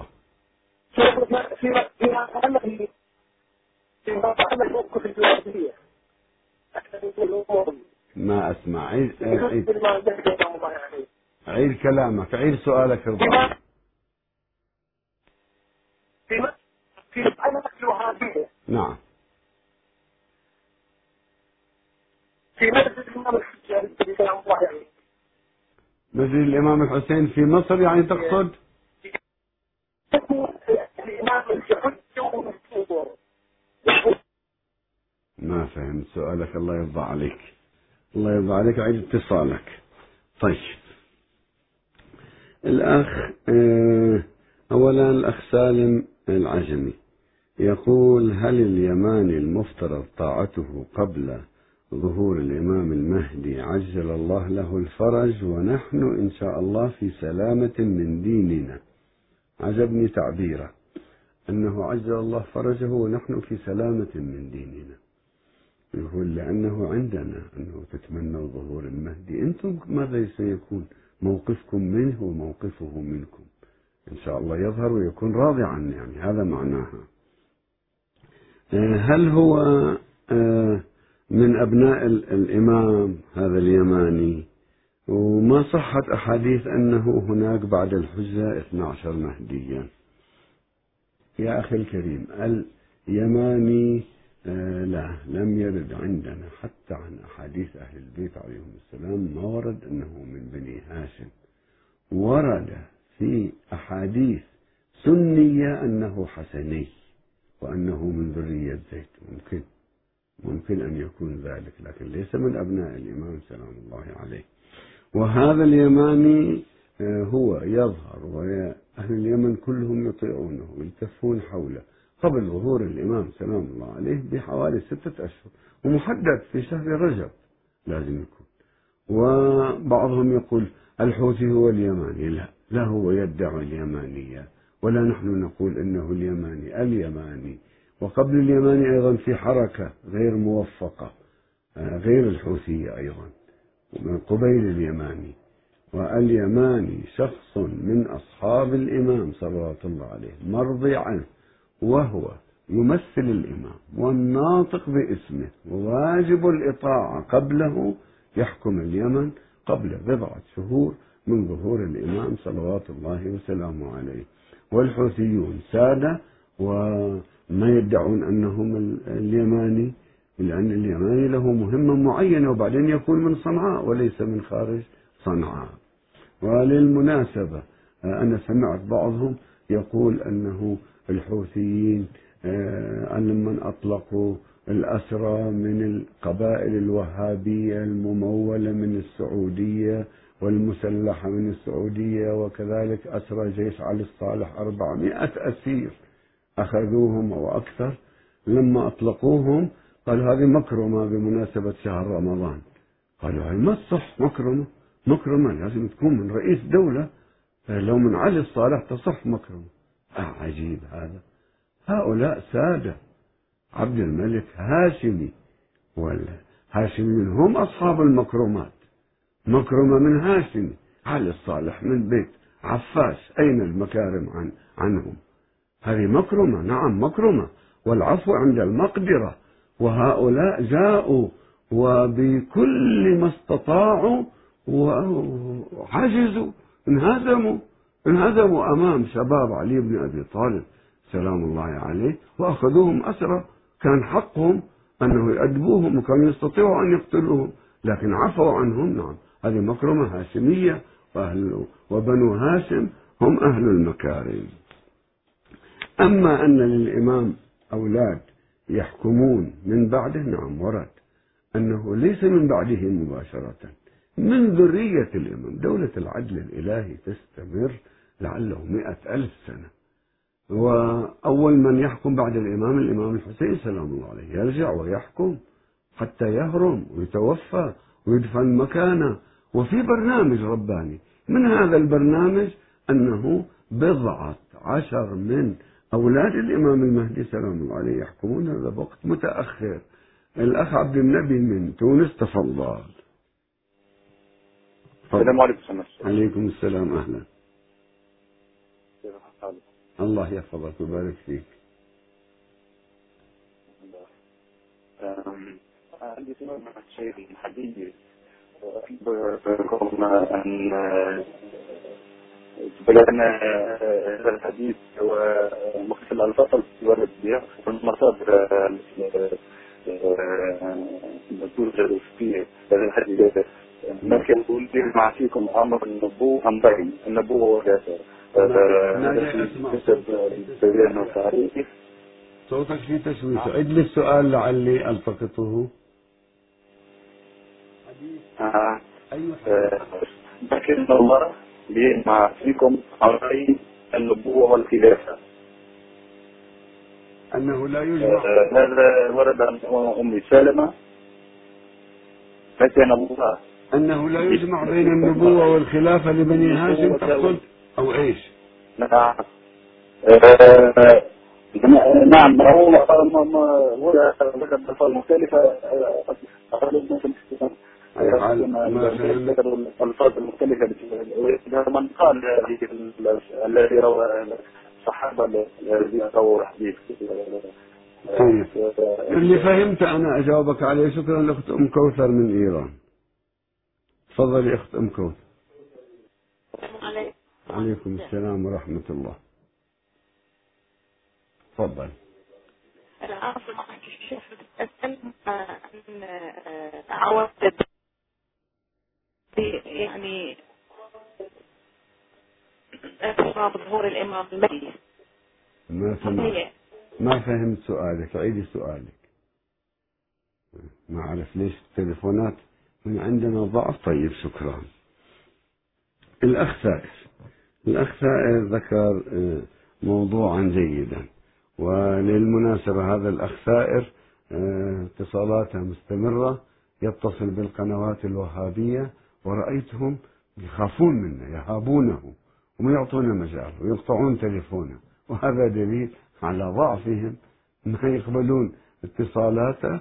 ما أسمع. عيد عيد عيد كلامك. عيد سؤالك رضا. في في مسألة الوهابية. نعم. في مسجد الإمام الحسين سلام الله عليه. مسجد الإمام الحسين في مصر يعني تقصد؟ الإمام الحسين. ما فهمت سؤالك. الله يرضى عليك. الله يرضى عليك. عيد اتصالك. طيب الأخ أولا الأخ سالم العجمي يقول: هل اليماني المفترض طاعته قبل ظهور الإمام المهدي عجل الله له الفرج ونحن إن شاء الله في سلامة من ديننا؟ عجبني تعبيره أنه عجل الله فرجه ونحن في سلامة من ديننا. يقول لأنه عندنا أنه تتمنوا ظهور المهدي، أنتم ماذا سيكون موقفكم منه وموقفه منكم؟ إن شاء الله يظهر ويكون راضي عنه، يعني هذا معناها. هل هو من أبناء الإمام هذا اليماني؟ وما صحت أحاديث أنه هناك بعد الحجة اثني عشر مهديا. يا أخي الكريم، اليماني لا لم يرد عندنا حتى عن أحاديث أهل البيت عليهم السلام، ما ورد أنه من بني هاشم. ورد في أحاديث سنية أنه حسني وأنه من ذرية زيد، ممكن ممكن أن يكون ذلك، لكن ليس من أبناء الإمام سلام الله عليه. وهذا اليماني هو يظهر وأهل اليمن كلهم يطيعونه ويلتفون حوله قبل ظهور الإمام سلام الله عليه بحوالي ستة أشهر، ومحدد في شهر رجب لازم يكون. وبعضهم يقول الحوثي هو اليماني، لا لا هو يدعي اليمانية، ولا نحن نقول إنه اليماني. اليماني وقبل اليماني أيضا في حركة غير موفقة غير الحوثية أيضا من قبيل اليماني. واليماني شخص من أصحاب الإمام صلوات الله عليه مرضي عنه، وهو يمثل الإمام والناطق باسمه، وواجب الإطاعة قبله. يحكم اليمن قبل بضعة شهور من ظهور الإمام صلوات الله وسلامه عليه. والحوثيون سادة وما يدعون أنهم اليماني، لأن اليماني له مهمة معينة وبعدين يكون من صنعاء وليس من خارج صنعاء. وللمناسبة أنا سمعت بعضهم يقول أنه الحوثيين لما أطلقوا الأسرى من القبائل الوهابية الممولة من السعودية والمسلحة من السعودية، وكذلك أسرى جيش علي الصالح أربعمائة أسير أخذوهم أو أكثر، لما أطلقوهم قال هذه مكرمة بمناسبة شهر رمضان. قالوا هاي ما تصح مكرمة، مكرمة لازم تكون من رئيس دولة، لو من علي الصالح تصح مكرمة. آه عجيب هذا. هؤلاء سادة. عبد الملك هاشمي، والهاشميون هم أصحاب المكرمات. مكرمة من هاشمي، علي الصالح من بيت عفاش، أين المكارم عن عنهم؟ هذه مكرمة، نعم مكرمة، والعفو عند المقدرة. وهؤلاء جاءوا وبكل ما استطاعوا وعجزوا، انهزموا انهزموا أمام شباب علي بن أبي طالب سلام الله عليه، وأخذوهم أسرى. كان حقهم أنه يأدبوهم وكانوا يستطيعوا أن يقتلوهم، لكن عفوا عنهم. نعم هذه مكرمة هاشمية، وأهل وبنو هاشم هم أهل المكارم. أما أن للإمام أولاد يحكمون من بعده، نعم ورد أنه ليس من بعده مباشرة، من ذرية الإمام. دولة العدل الإلهي تستمر لعله مئة ألف سنة، وأول من يحكم بعد الإمام الإمام الحسين سلام الله عليه، يرجع ويحكم حتى يهرم ويتوفى ويدفن مكانه. وفي برنامج رباني، من هذا البرنامج أنه بضعة عشر من أولاد الإمام المهدي سلام الله عليه يحكمون هذا بوقت متأخر. الأخ عبد النبي من تونس تفضل. السلام عليكم. عليكم السلام، أهلا. الله يحفظك ويبارك فيك. عندي سؤال مع الشيخ الحديث، أخبركم أن بلغنا هذا الحديث ومختلف الألفاظ التي بها والمصادر المدرسة فيه هذا الحديث. ما كان يقول مع فيكم أمر النبوة أمرين، النبوة والرسالة. صوتك في تشويش، عد لي السؤال لعلي ألتقطه. آه. أيوة. لكن الله ليجمع فيكم أمرين النبوة والخلافة. أنه لا يجمع. هذا ورد عن أم سلمة فتن الله أنه لا يجمع بين النبوة والخلافة لبني هاشم تقصد أو إيش؟ نعم. نعم هو هو ذكر ألفاظ مختلفة. ذكر الألفاظ المختلفة من قال الذي روى الصحابة الذين رووا الحديث. طيب اللي فهمت أنا أجاوبك عليه. شكرا لأخت أم كوثر من إيران. تفضلي أخت أم كوثر. عليكم السلام ورحمة الله. تفضل. العفو معك الشيخ. أسأل عن عواقب يعني أسباب ظهور الإمام المهدي. ما فهمت ما فهمت سؤالك. عيدي سؤالك. ما أعرف ليش التليفونات من عندنا ضعف. طيب شكرا. الأخ سائر الأخ سائر ذكر موضوعا جيدا، وللمناسبة هذا الأخ سائر اتصالاته مستمرة، يتصل بالقنوات الوهابية ورأيتهم يخافون منه يهابونه وما يعطونه مجال ويقطعون تليفونه، وهذا دليل على ضعفهم، ما يقبلون اتصالاته،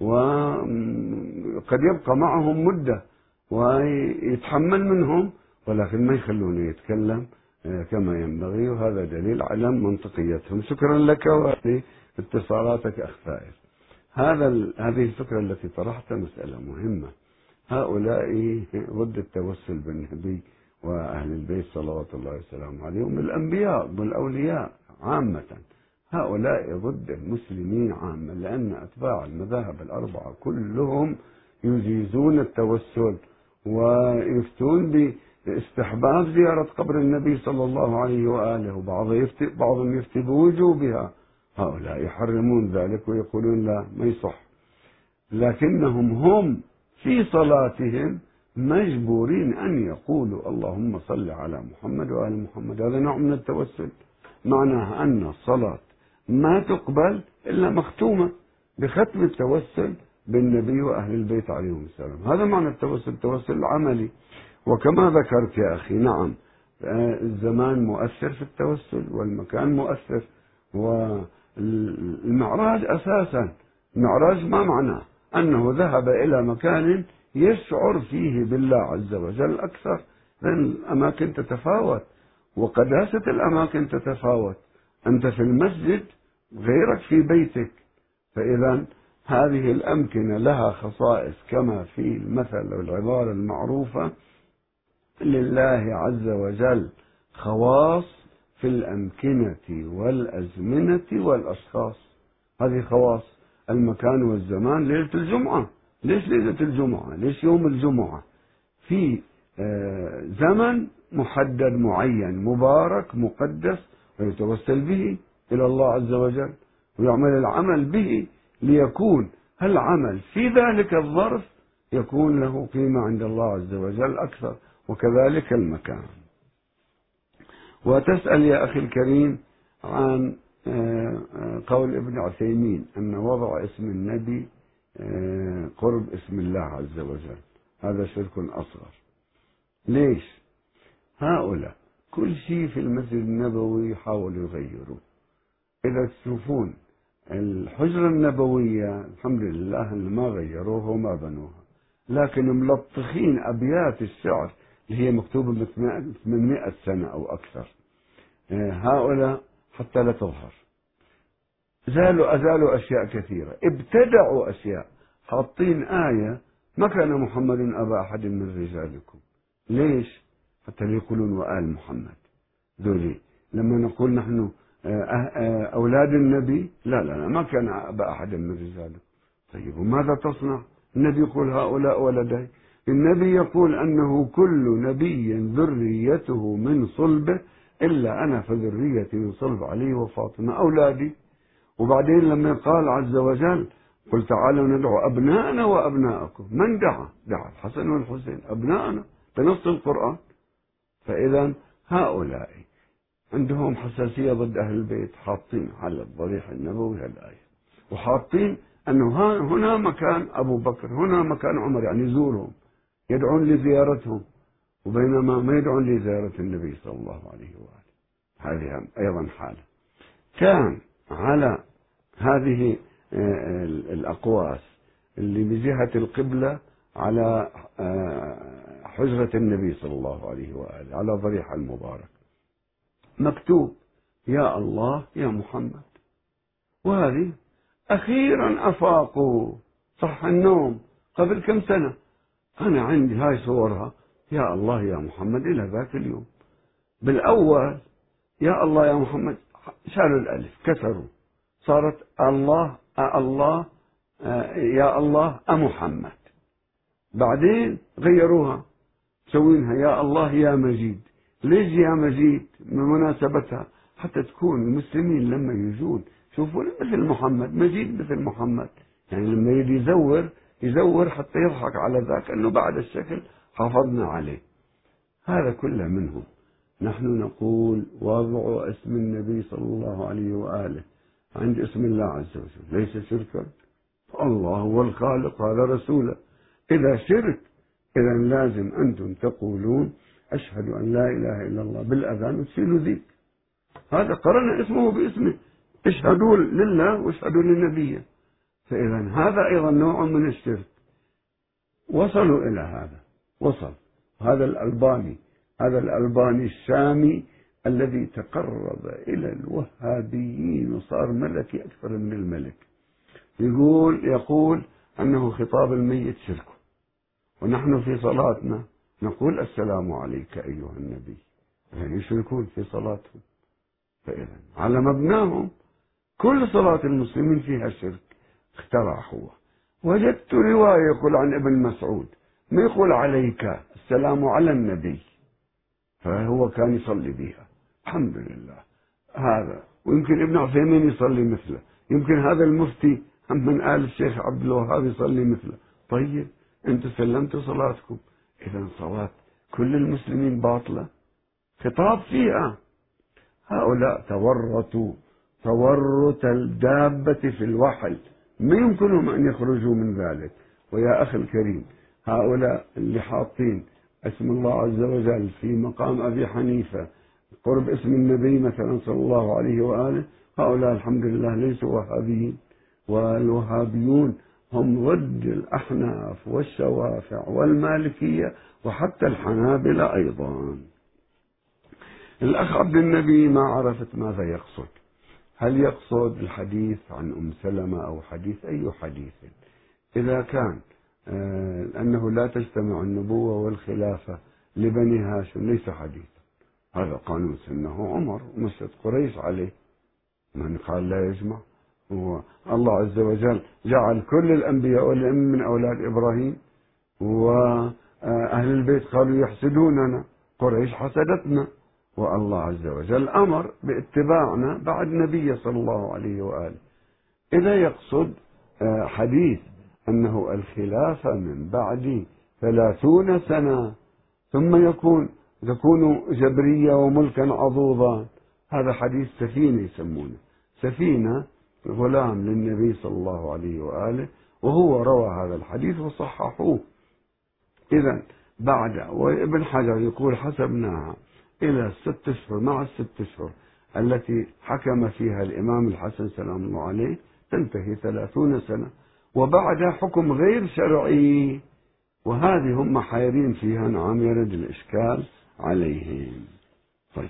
وقد يبقى معهم مدة ويتحمل منهم ولكن ما يخلونه يتكلم كما ينبغي، وهذا دليل على منطقيتهم. شكرا لك ولاتصالاتك أخ فائز. هذا هذه الفكرة التي طرحتها مسألة مهمة. هؤلاء ضد التوسل بالنبي وأهل البيت صلوات الله وسلامه عليهم، الأنبياء والأولياء عامة، هؤلاء ضد المسلمين عامة، لأن أتباع المذاهب الأربعة كلهم يجيزون التوسل ويفتون باستحباب زيارة قبر النبي صلى الله عليه وآله، وبعض يفتي بعضهم يفتي بوجوبها. هؤلاء يحرمون ذلك ويقولون لا ما يصح، لكنهم هم في صلاتهم مجبورين أن يقولوا اللهم صل على محمد وآل محمد. هذا نوع من التوسل، معناه أن الصلاة ما تقبل إلا مختومة بختم التوسل بالنبي وأهل البيت عليهم السلام. هذا معنى التوسل، التوسل العملي. وكما ذكرت يا أخي، نعم الزمان مؤثر في التوسل والمكان مؤثر، والمعراج أساسا المعراج ما معناه أنه ذهب إلى مكان يشعر فيه بالله عز وجل أكثر، لأن الأماكن تتفاوت وقداسة الأماكن تتفاوت. أنت في المسجد غيرك في بيتك، فإذا هذه الأمكنة لها خصائص، كما في المثل والعبارة المعروفة لله عز وجل خواص في الأمكنة والأزمنة والأشخاص. هذه خواص المكان والزمان. ليلة الجمعة، ليش ليلة الجمعة؟ ليش يوم الجمعة؟ في زمن محدد معين مبارك مقدس ويتوسل به إلى الله عز وجل ويعمل العمل به، ليكون العمل في ذلك الظرف يكون له قيمة عند الله عز وجل أكثر، وكذلك المكان. وتسأل يا أخي الكريم عن قول ابن عثيمين أن وضع اسم النبي قرب اسم الله عز وجل، هذا شرك أصغر. ليش؟ هؤلاء كل شيء في المسجد النبوي يحاولوا يغيروا. إذا تشوفون الحجرة النبوية الحمد لله اللي ما غيروها وما بنوها، لكن ملطخين أبيات الشعر اللي هي مكتوبة من ثمانمائة سنة أو أكثر. هؤلاء حتى لا تظهر زالوا أزالوا أشياء كثيرة، ابتدعوا أشياء، حاطين آية ما كان محمد أبا أحد من رجالكم. ليش؟ حتى يقولون وآل محمد. ذولي لما نقول نحن أولاد النبي، لا لا لا ما كان أبا أحد من رجالكم. طيب وماذا تصنع؟ النبي يقول هؤلاء ولدي. النبي يقول أنه كل نبي ذريته من صلبه إلا أنا فذريتي من صلب علي وفاطمة أولادي. وبعدين لما قال عز وجل قل تعالوا ندعو أبناءنا وأبناءكم، من دعا؟ دعا الحسن والحسين أبناءنا بنص القرآن. فإذا هؤلاء عندهم حساسية ضد أهل البيت، حاطين على الضريح النبوي هالآية، وحاطين أنه هنا مكان أبو بكر، هنا مكان عمر، يعني يزورهم، يدعون لزيارتهم، وبينما ما يدعون لزيارة النبي صلى الله عليه وآله. هذه أيضا حالة. كان على هذه الأقواس اللي بجهة القبلة على حجرة النبي صلى الله عليه وآله على ضريح المبارك مكتوب يا الله يا محمد، وهذه أخيرا أفاقوا، صح النوم قبل كم سنة، أنا عندي هاي صورها يا الله يا محمد إلى ذاك اليوم. بالأول يا الله يا محمد شالوا الألف كسروا، صارت الله الله يا الله محمد، بعدين غيروها مسوينها يا الله يا مجيد. ليش يا مجيد؟ بمناسبتها حتى تكون المسلمين لما يجون شوفون مثل محمد، مجيد مثل محمد، يعني لما يجي يزور يزور حتى يضحك على ذاك أنه بعد الشكل حافظنا عليه. هذا كله منهم. نحن نقول وضع اسم النبي صلى الله عليه وآله عند اسم الله عز وجل ليس شركا، الله هو الخالق هذا رسوله. إذا شرك إذا لازم أنتم تقولون أشهد أن لا إله إلا الله بالأذان وتشيلوا ذيك، هذا قرن اسمه باسمه، اشهدوا لله واشهدوا للنبي. فإذا هذا أيضا نوع من الشرك. وصلوا إلى هذا، وصل هذا الألباني، هذا الألباني الشامي الذي تقرب إلى الوهابيين وصار ملكي أكثر من الملك، يقول يقول أنه خطاب الميت شرك، ونحن في صلاتنا نقول السلام عليك أيها النبي، يعني يشركون في صلاتهم. فإذا على مبناهم كل صلاة المسلمين فيها شرك اخترع هو. وجدت رواية يقول عن ابن مسعود ما يقول عليك السلام على النبي، فهو كان يصلي بها الحمد لله هذا، ويمكن ابن عثيمين يصلي مثله، يمكن هذا المفتي من آل الشيخ عبد الوهاب يصلي مثله. طيب أنتم سلمتوا صلاتكم، إذا صلاة كل المسلمين باطلة، خطاب فيها. هؤلاء تورطوا تورط الدابة في الوحل، ما يمكنهم أن يخرجوا من ذلك. ويا أخي الكريم هؤلاء اللي حاطين اسم الله عز وجل في مقام أبي حنيفة قرب اسم النبي مثلا صلى الله عليه وآله، هؤلاء الحمد لله ليسوا وهابيين، والوهابيون هم ضد الأحناف والشوافع والمالكية وحتى الحنابلة أيضا. الأخ عبد النبي ما عرفت ماذا يقصد، هل يقصد الحديث عن أم سلمة أو حديث أي حديث؟ إذا كان آه أنه لا تجتمع النبوة والخلافة لبني هاشم ليس حديثا، هذا قانون سنه عمر ومشت قريش عليه، من قال لا يجمع؟ هو الله عز وجل جعل كل الأنبياء والأئمة من أولاد إبراهيم، وأهل البيت قالوا يحسدوننا، قريش حسدتنا، والله عز وجل أمر باتباعنا بعد نبي صلى الله عليه وآله. إذا يقصد حديث أنه الخلافة من بعد ثلاثون سنة ثم يكون تكون جبرية وملكا عضوضا، هذا حديث سفينة يسمونه، سفينة غلام للنبي صلى الله عليه وآله، وهو روى هذا الحديث وصححوه. إذا بعد، وابن حجر يقول حسبناها إلى ست أشهر مع الست أشهر التي حكم فيها الإمام الحسن سلام الله عليه تنتهي ثلاثون سنة، وبعدها حكم غير شرعي، وهذه هم حيرين فيها. نعم يرد الإشكال عليهم. طيب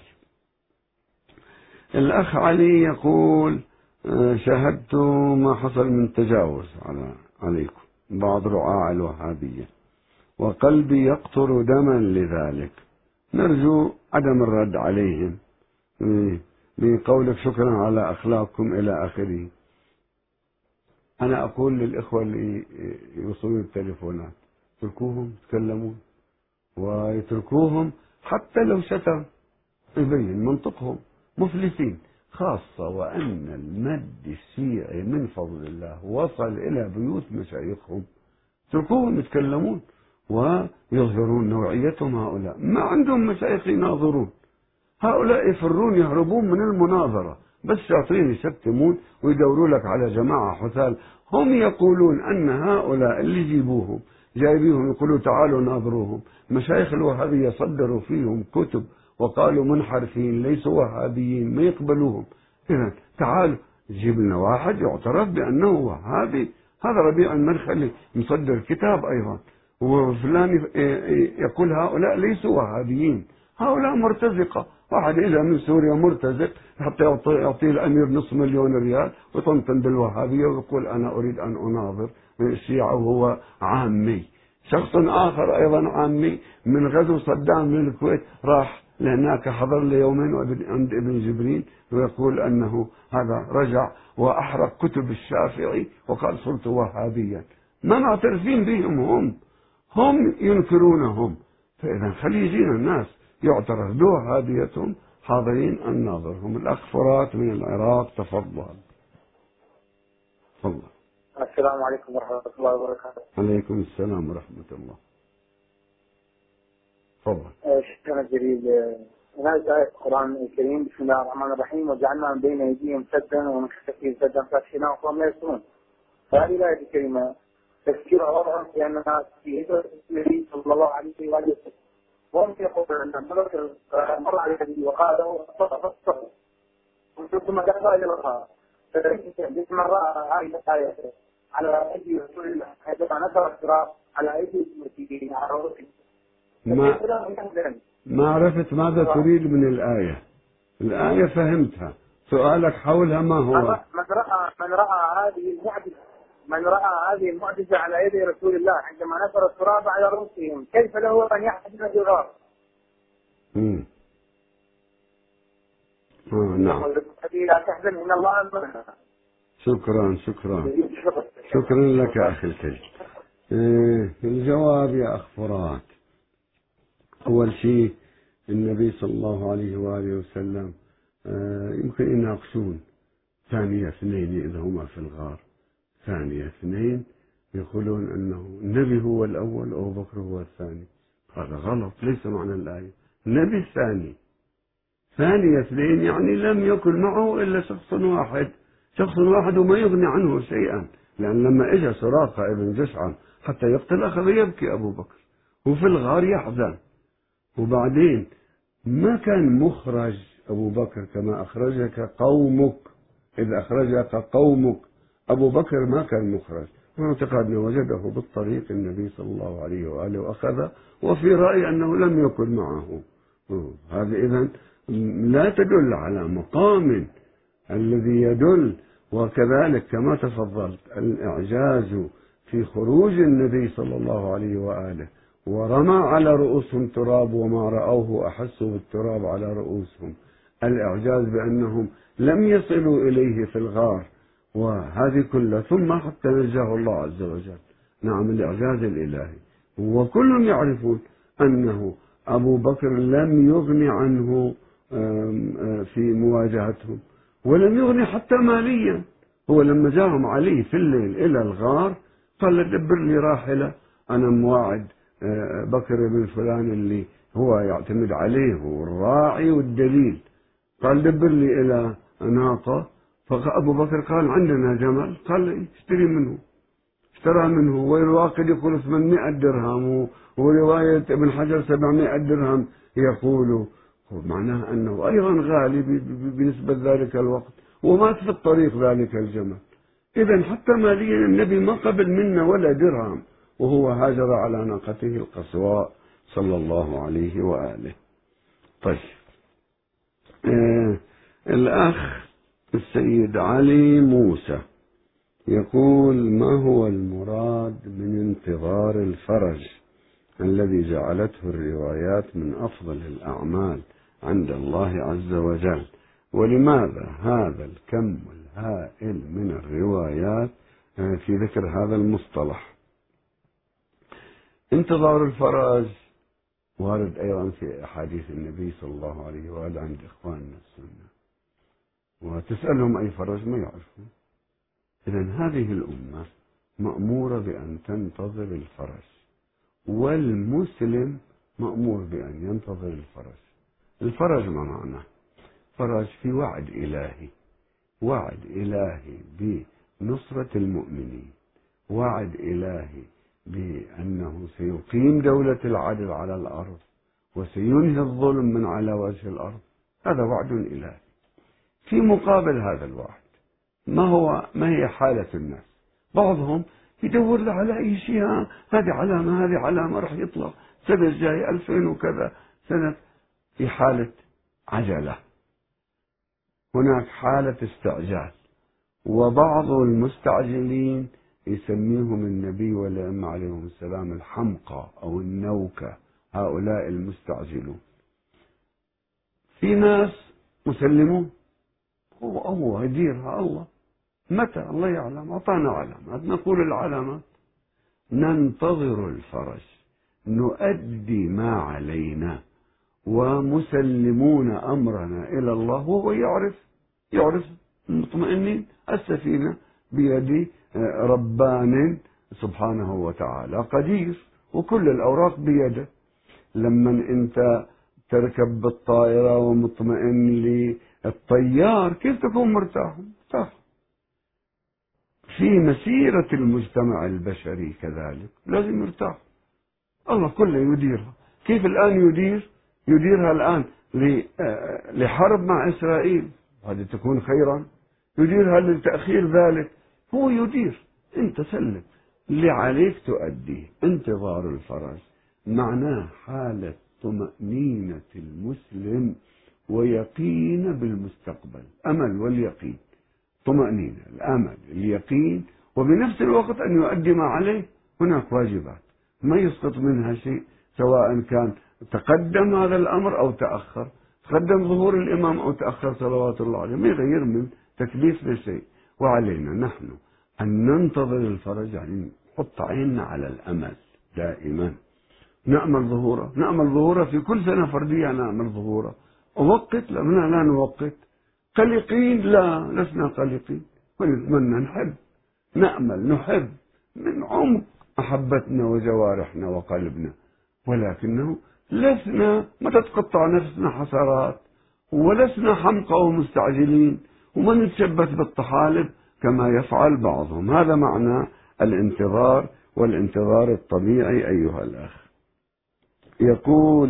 الأخ علي يقول شاهدت ما حصل من تجاوز على عليكم بعض رعاع الوهابية وقلبي يقطر دما لذلك، نرجو عدم الرد عليهم بقولك شكرا على أخلاقكم إلى آخره. أنا أقول للإخوة اللي يوصلون التليفونات اتركوهم يتكلمون، ويتركوهم حتى لو شتم يبين منطقهم، مفلسين، خاصة وأن المد الشيعي من فضل الله وصل إلى بيوت مشايخهم، اتركوهم يتكلمون ويظهرون نوعيتهم. هؤلاء ما عندهم مشايخ يناظرون، هؤلاء يفرون يهربون من المناظرة، بس شاطرين يشتمون ويدوروا لك على جماعة حثال. هم يقولون أن هؤلاء اللي يجيبوهم جايبيهم يقولوا تعالوا ناظروهم. مشايخ الوهابية صدروا فيهم كتب وقالوا منحرفين ليسوا وهابيين، ما يقبلوهم. إذا تعالوا جيب لنا واحد يعترف بأنه وهابي. هذا ربيع المدخلي مصدر كتاب أيضا، وفلان يقول هؤلاء ليسوا وهابيين، هؤلاء مرتزقة. واحد إذا من سوريا مرتزق حتى يعطي, يعطي الأمير نصف مليون ريال ويطنطن بالوهابية ويقول أنا أريد أن أناظر من الشيعة وهو عامي. شخص آخر أيضا عامي من غزو صدام من الكويت راح لهناك حضر لي يومين عند ابن جبرين ويقول أنه هذا رجع وأحرق كتب الشافعي وقال صرت وهابيا. ما معترفين بهم، هم هم ينكرونهم. فإذا خلي يجينا الناس يعترف بوهابيتهم حاضرين أن ناظرهم. الأخ فرات من العراق، تفضل. تفضل. السلام عليكم ورحمة الله وبركاته. عليكم السلام ورحمة الله. تفضل. شكرا جزيلا. هناك آية القرآن الكريم بسم الله الرحمن الرحيم وجعلنا من بين أيديهم سدا ومن خلفهم سدا فأغشيناهم فهم لا يبصرون. فهذه الآية الكريمة تذكير عورهم بأنها في هجرة النبي صلى الله عليه وسلم، وهم يقولون أن ملك مر على النبي وقال له اصطدق ثم دخل إلى الغار. فلما رأى هذه الآية على أيدي رسول الله عندما نشر الصراط على أيدي المسيحيين على رؤوسهم. ما ما عرفت ماذا تريد من الآية. الآية فهمتها، سؤالك حولها ما هو؟ من رأى من رأى هذه المعجزة من رأى هذه المعجزة على يد رسول الله عندما نشر التراب على رؤوسهم كيف له أن يحزن في الغار؟ امم اه نعم. لا تحزن إن الله معنا. شكرا شكرا شكرا لك أخي الكريم. إيه الجواب يا أخ فرات، أول شيء النبي صلى الله عليه وآله وسلم آه يمكن يناقشون ثانية اثنين إذا هما في الغار. ثانية اثنين يقولون أنه النبي هو الأول أو بكر هو الثاني. هذا غلط، ليس معنى الآية. النبي الثاني. ثانية اثنين يعني لم يكن معه إلا شخص واحد، شخص واحد وما يغني عنه شيئا، لأن لما إجا سراقة ابن جشعم حتى يقتل أخذ يبكي أبو بكر وفي الغار يحزن. وبعدين ما كان مخرج أبو بكر كما أخرجك قومك، إذا أخرجك قومك أبو بكر ما كان مخرج. واعتقادنا وجده بالطريق النبي صلى الله عليه وآله وأخذ، وفي رأي أنه لم يكن معه. هذا إذن لا تدل على مقام الذي يدل. وكذلك كما تفضلت الإعجاز في خروج النبي صلى الله عليه وآله ورمى على رؤوسهم تراب وما رأوه أحسوا بالتراب على رؤوسهم. الإعجاز بأنهم لم يصلوا إليه في الغار، وهذه كلها ثم حتى نجاه الله عز وجل. نعم الإعجاز الإلهي. وكلهم يعرفون أنه أبو بكر لم يغني عنه في مواجهتهم، ولم يغني حتى ماليا. هو لما جاءهم علي في الليل إلى الغار قال دبر لي راحلة، أنا مواعد بكر بن فلان اللي هو يعتمد عليه والراعي والدليل، قال دبر لي إلى ناقة. فأبو بكر قال عندنا جمل، قال اشتري منه، اشترى منه. والواقد يقول ثمانمائة درهم، ورواية ابن حجر سبعمائة درهم يقول، معناه أنه أيضا غالي بنسبة ذلك الوقت، ومات في الطريق ذلك الجمل. إذا حتى ماليا النبي ما قبل منا ولا درهم، وهو هاجر على ناقته القصواء صلى الله عليه وآله. طيب آه الأخ السيد علي موسى يقول ما هو المراد من انتظار الفرج الذي جعلته الروايات من أفضل الأعمال عند الله عز وجل، ولماذا هذا الكم الهائل من الروايات في ذكر هذا المصطلح؟ انتظار الفرج وارد أيضا في أحاديث النبي صلى الله عليه وآله عند إخواننا السنة، وتسألهم أي فرج ما يعرفون. إذن هذه الأمة مأمورة بأن تنتظر الفرج، والمسلم مأمور بأن ينتظر الفرج. الفرج ما معناه؟ فرج في وعد إلهي، وعد إلهي بنصرة المؤمنين، وعد إلهي بأنه سيقيم دولة العدل على الأرض وسينهي الظلم من على وجه الأرض. هذا وعد إلهي. في مقابل هذا الوعد ما هو ما هي حالة الناس؟ بعضهم يدور له على أي شيء، هذه علامة هذه علامة راح يطلع سنة الجاي ألفين وكذا سنة، في حالة عجلة، هناك حالة استعجال. وبعض المستعجلين يسميهم النبي والأئمة عليهم السلام الحمقى أو النوكة، هؤلاء المستعجلون. في ناس مسلمون، هو هو يديرها الله، متى الله يعلم، أعطانا علامات، نقول العلامات، ننتظر الفرج، نؤدي ما علينا ومسلمون أمرنا إلى الله، وهو يعرف يعرف مطمئنين السفينة بيد ربان سبحانه وتعالى قدير، وكل الأوراق بيده. لما أنت تركب بالطائرة ومطمئن للطيار كيف تكون مرتاح؟ مرتاح. في مسيرة المجتمع البشري كذلك لازم يرتاح، الله كله يديرها. كيف الآن يدير؟ يديرها الآن لحرب مع إسرائيل، هذه تكون خيرا. يديرها لتأخير ذلك، هو يدير، أنت سلم اللي عليك تؤديه. انتظار الفرج معناه حالة طمأنينة المسلم ويقين بالمستقبل، أمل واليقين، طمأنينة، الأمل، اليقين، وبنفس الوقت أن يؤدي ما عليه. هناك واجبات ما يسقط منها شيء، سواء كان تقدم هذا الأمر أو تأخر، تقدم ظهور الإمام أو تأخر صلوات الله عليه، ما يغير من تكليفنا شيء. وعلينا نحن أن ننتظر الفرج، يعني نحط عيننا على الأمل دائما، نأمل ظهوره، نأمل ظهوره في كل سنة فردية، نأمل ظهوره. أوقت؟ لا، لا نوقت. قلقين؟ لا، لسنا قلقين، ونتمنى، نحب، نأمل، نحب من عمق محبتنا وجوارحنا وقلبنا، ولكنه لسنا ما تتقطع نفسنا حسرات، ولسنا حمقى ومستعجلين، وما نتشبث بالطحالب كما يفعل بعضهم. هذا معنى الانتظار، والانتظار الطبيعي أيها الأخ. يقول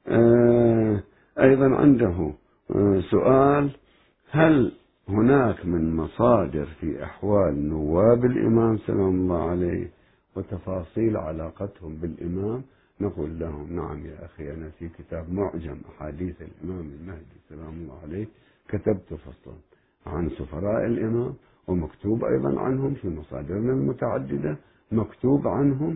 آه أيضا عنده آه سؤال: هل هناك من مصادر في أحوال نواب الإمام سلام الله عليه وتفاصيل علاقتهم بالإمام؟ نقول لهم: نعم يا أخي، أنا في كتاب معجم أحاديث الإمام المهدي سلام الله عليه كتبت فصلا عن سفراء الإمام، ومكتوب أيضا عنهم في مصادرنا المتعددة، مكتوب عنهم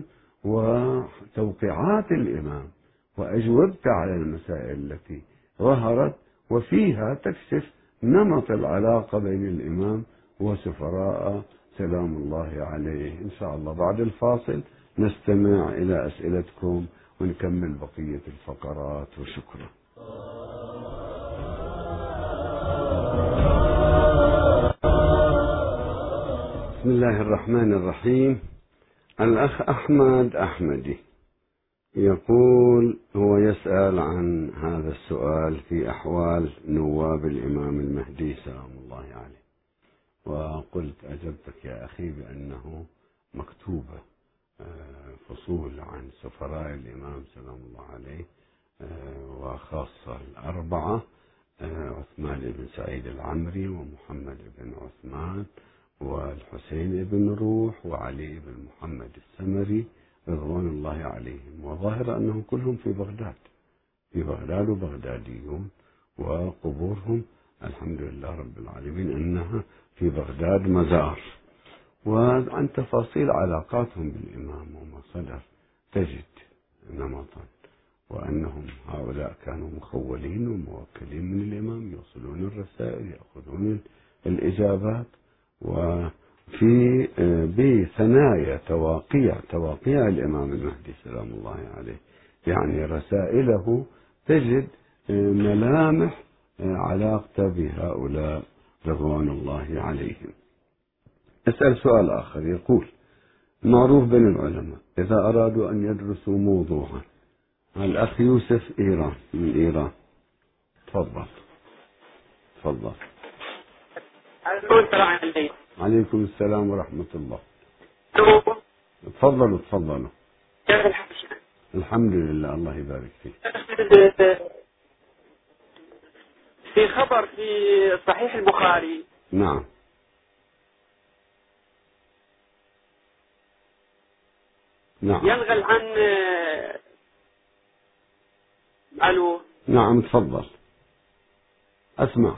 وتوقيعات الإمام، وأجوبت على المسائل التي ظهرت، وفيها تكشف نمط العلاقة بين الإمام وسفراء سلام الله عليه. إن شاء الله بعد الفاصل نستمع إلى أسئلتكم ونكمل بقية الفقرات، وشكرا. بسم الله الرحمن الرحيم. الأخ أحمد أحمدي يقول، هو يسأل عن هذا السؤال في أحوال نواب الإمام المهدي سلام الله عليه، وقلت أجبتك يا أخي بأنه مكتوبة فصول عن سفراء الإمام سلام الله عليه، وخاصة الأربعة: عثمان بن سعيد العمري، ومحمد بن عثمان، والحسين بن روح، وعلي بن محمد السمري رضوان الله عليهم. وظاهر أنهم كلهم في بغداد، في بغداد وبغداديون، وقبورهم الحمد لله رب العالمين أنها في بغداد مزار. وعن تفاصيل علاقاتهم بالإمام وما صدر تجد نمطا، وأنهم هؤلاء كانوا مخولين وموكلين من الإمام، يوصلون الرسائل، يأخذون الإجابات. وفي بثنايا تواقيع تواقيع الإمام المهدي سلام الله عليه، يعني رسائله تجد ملامح علاقته بهؤلاء رضوان الله عليهم. أسأل سؤال آخر، يقول: معروف بين العلماء إذا أرادوا أن يدرسوا موضوعا. الأخ يوسف إيران من إيران، تفضل تفضل. عليكم السلام ورحمة الله. تفضلوا تفضلوا. الحمد لله، الله يبارك فيك. في خبر في صحيح البخاري. نعم. نعم. ينقل عن الو. نعم تفضل أسمع.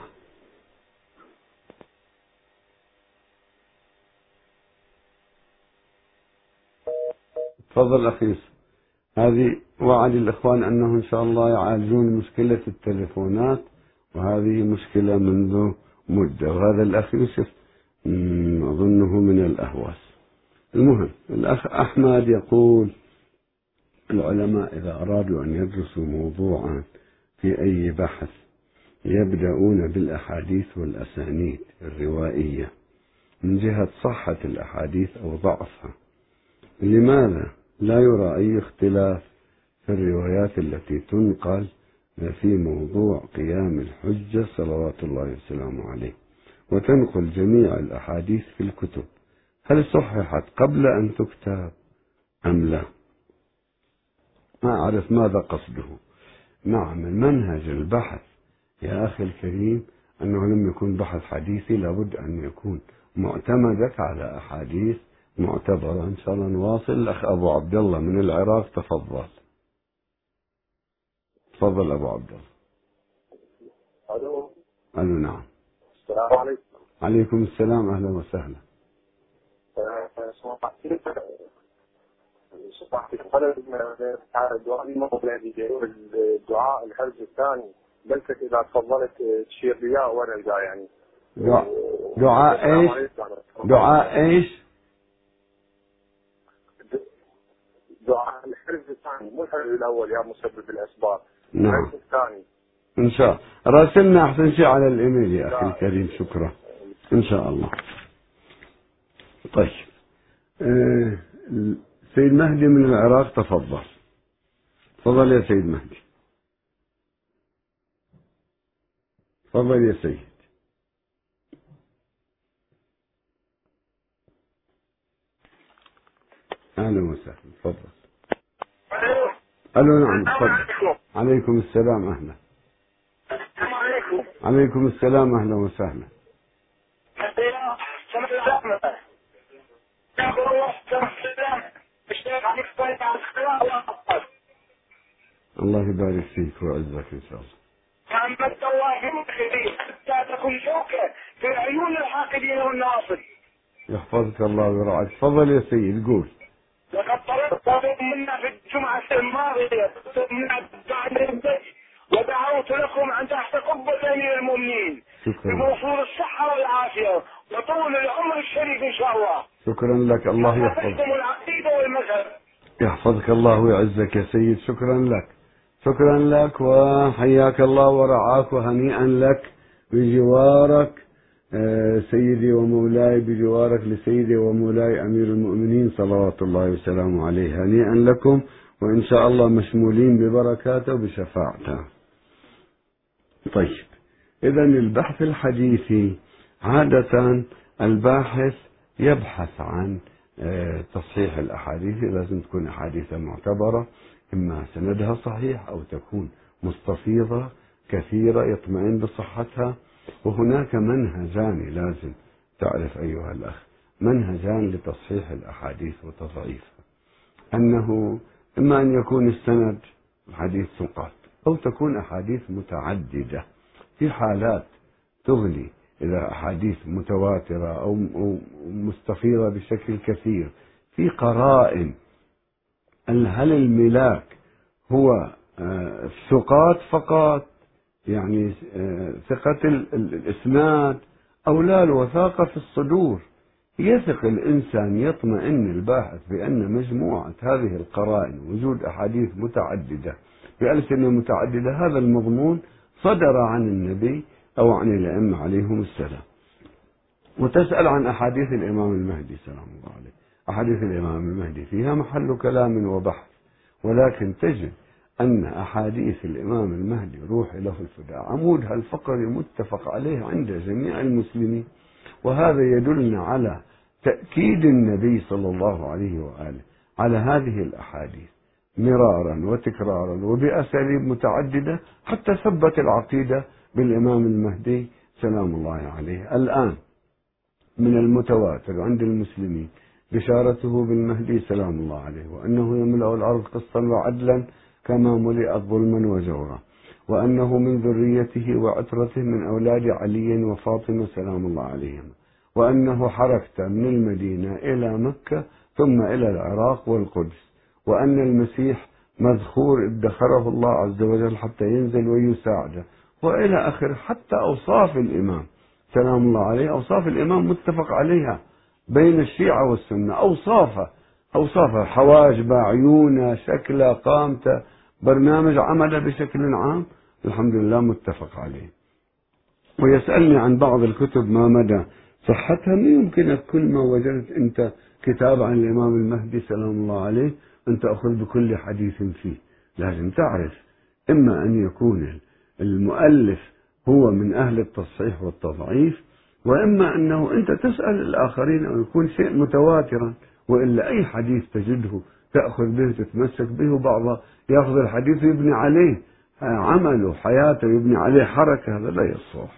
تفضل أخي. هذه وعد الإخوان أنه إن شاء الله يعالجون مشكلة التلفونات، وهذه مشكلة منذ مدة، وهذا الأخ يوسف أظنه من الأهواس. المهم الأخ أحمد يقول العلماء إذا أرادوا أن يدرسوا موضوعا في أي بحث يبدأون بالأحاديث والأسانيد الروائية من جهة صحة الأحاديث أو ضعفها. لماذا لا يرى أي اختلاف في الروايات التي تنقل في موضوع قيام الحجة صلوات الله وسلامه عليه، وتنقل جميع الأحاديث في الكتب؟ هل صححت قبل أن تكتب أم لا؟ ما أعرف ماذا قصده. نعم، المنهج البحث يا أخي الكريم أنه لم يكن بحث حديثي، لابد أن يكون معتمدك على أحاديث معتبرة. إن شاء الله نواصل. الأخ أبو عبد الله من العراق، تفضل تفضل أبو عبد الله. ألو. ألو نعم. السلام عليكم. عليكم السلام، أهلا وسهلا. صحتك قبل الدعاء الحرز الثاني، بلكك إذا تفضلت تشير رياء وأنا الجاي يعني. دعاء دعاء إيش؟ دعاء إيش؟ دعاء الحرز الثاني، مو الحرز الأول يا مسبب الأسباب. نعم. الحرز الثاني. إن شاء الله. راسلنا أحسن شيء على الإيميل يا أخي الكريم، شكرا. إن شاء الله. طيب. أه سيد مهدي من العراق، تفضل تفضل يا سيد مهدي. تفضل يا سيد. أهلا وسهلا، تفضل. ألو نعم تفضل. عليكم السلام، أهلا. عليكم السلام، أهلا وسهلا. الله يبارك فيك ويعزك إن شاء الله. محمد الله يمكن حتى تكون شوكة في عيون الحاقدين والناصر. يحفظك الله ويرعاك. تفضل يا سيد، قول. لقد طلبت منا في الجمعة الماضية ودعوت لكم عن تحت قبة أمير المؤمنين بوصول الصحة والعافية وطول العمر الشريف إن شاء الله. شكرا لك، الله يحفظك. العقيدة والمذهب. يحفظك الله ويعزك يا سيد، شكرا لك شكرا لك وحياك الله ورعاك، وهنيئا لك بجوارك سيدي ومولاي، بجوارك لسيدي ومولاي أمير المؤمنين صلوات الله وسلامه عليه. هنيئا لكم، وإن شاء الله مشمولين ببركاته وبشفاعته. طيب، إذا البحث الحديثي عادة الباحث يبحث عن تصحيح الأحاديث. لازم تكون أحاديث معتبرة، إما سندها صحيح أو تكون مستفيضة كثيرة يطمئن بصحتها. وهناك منهجان لازم تعرف أيها الأخ، منهجان لتصحيح الأحاديث وتضعيفها، أنه إما أن يكون السند حديث ثقات، أو تكون أحاديث متعددة. في حالات تغني إذا أحاديث متواترة أو مستفيضة بشكل كثير. في قرائن، هل الملاك هو الثقات فقط، يعني ثقة الإسناد، أو لا الوثاقة في الصدور؟ يثق الإنسان، يطمئن الباحث بأن مجموعة هذه القرائن، وجود أحاديث متعددة بألسنة متعددة، هذا المضمون صدر عن النبي أو عن الأئمة عليهم السلام. وتسأل عن أحاديث الإمام المهدي سلام الله عليه، أحاديث الإمام المهدي فيها محل كلام وبحث، ولكن تجد أن أحاديث الإمام المهدي روح له الفداء عمودها الفقري متفق عليه عند جميع المسلمين، وهذا يدلنا على تأكيد النبي صلى الله عليه وآله على هذه الأحاديث مرارا وتكرارا وبأساليب متعددة حتى ثبت العقيدة بالإمام المهدي سلام الله عليه. الآن من المتواتر عند المسلمين بشارته بالمهدي سلام الله عليه، وأنه يملأ الأرض قسطا وعدلا كما ملئت ظلما وجورا، وأنه من ذريته وعترته من أولاد علي وفاطمة سلام الله عليهم، وأنه حركت من المدينة إلى مكة ثم إلى العراق والقدس، وأن المسيح مذخور ادخره الله عز وجل حتى ينزل ويساعده، وإلى آخر حتى أوصاف الإمام سلام الله عليه، أوصاف الإمام متفق عليها بين الشيعة والسنة، أوصافه أوصافه حواجبه، عيونه، شكله، قامته، برنامج عمله بشكل عام الحمد لله متفق عليه. ويسألني عن بعض الكتب ما مدى صحتها. ما يمكنك كل ما وجدت أنت كتاب عن الإمام المهدي سلام الله عليه أن تأخذ بكل حديث فيه، لازم تعرف إما أن يكون المؤلف هو من أهل التصحيح والتضعيف، وإما أنه أنت تسأل الآخرين أو يكون شيء متواترا، وإلا أي حديث تجده تأخذ به تتمسك به، وبعض يأخذ الحديث ويبني عليه عمله حياته يبني عليه حركة، هذا لا يصح.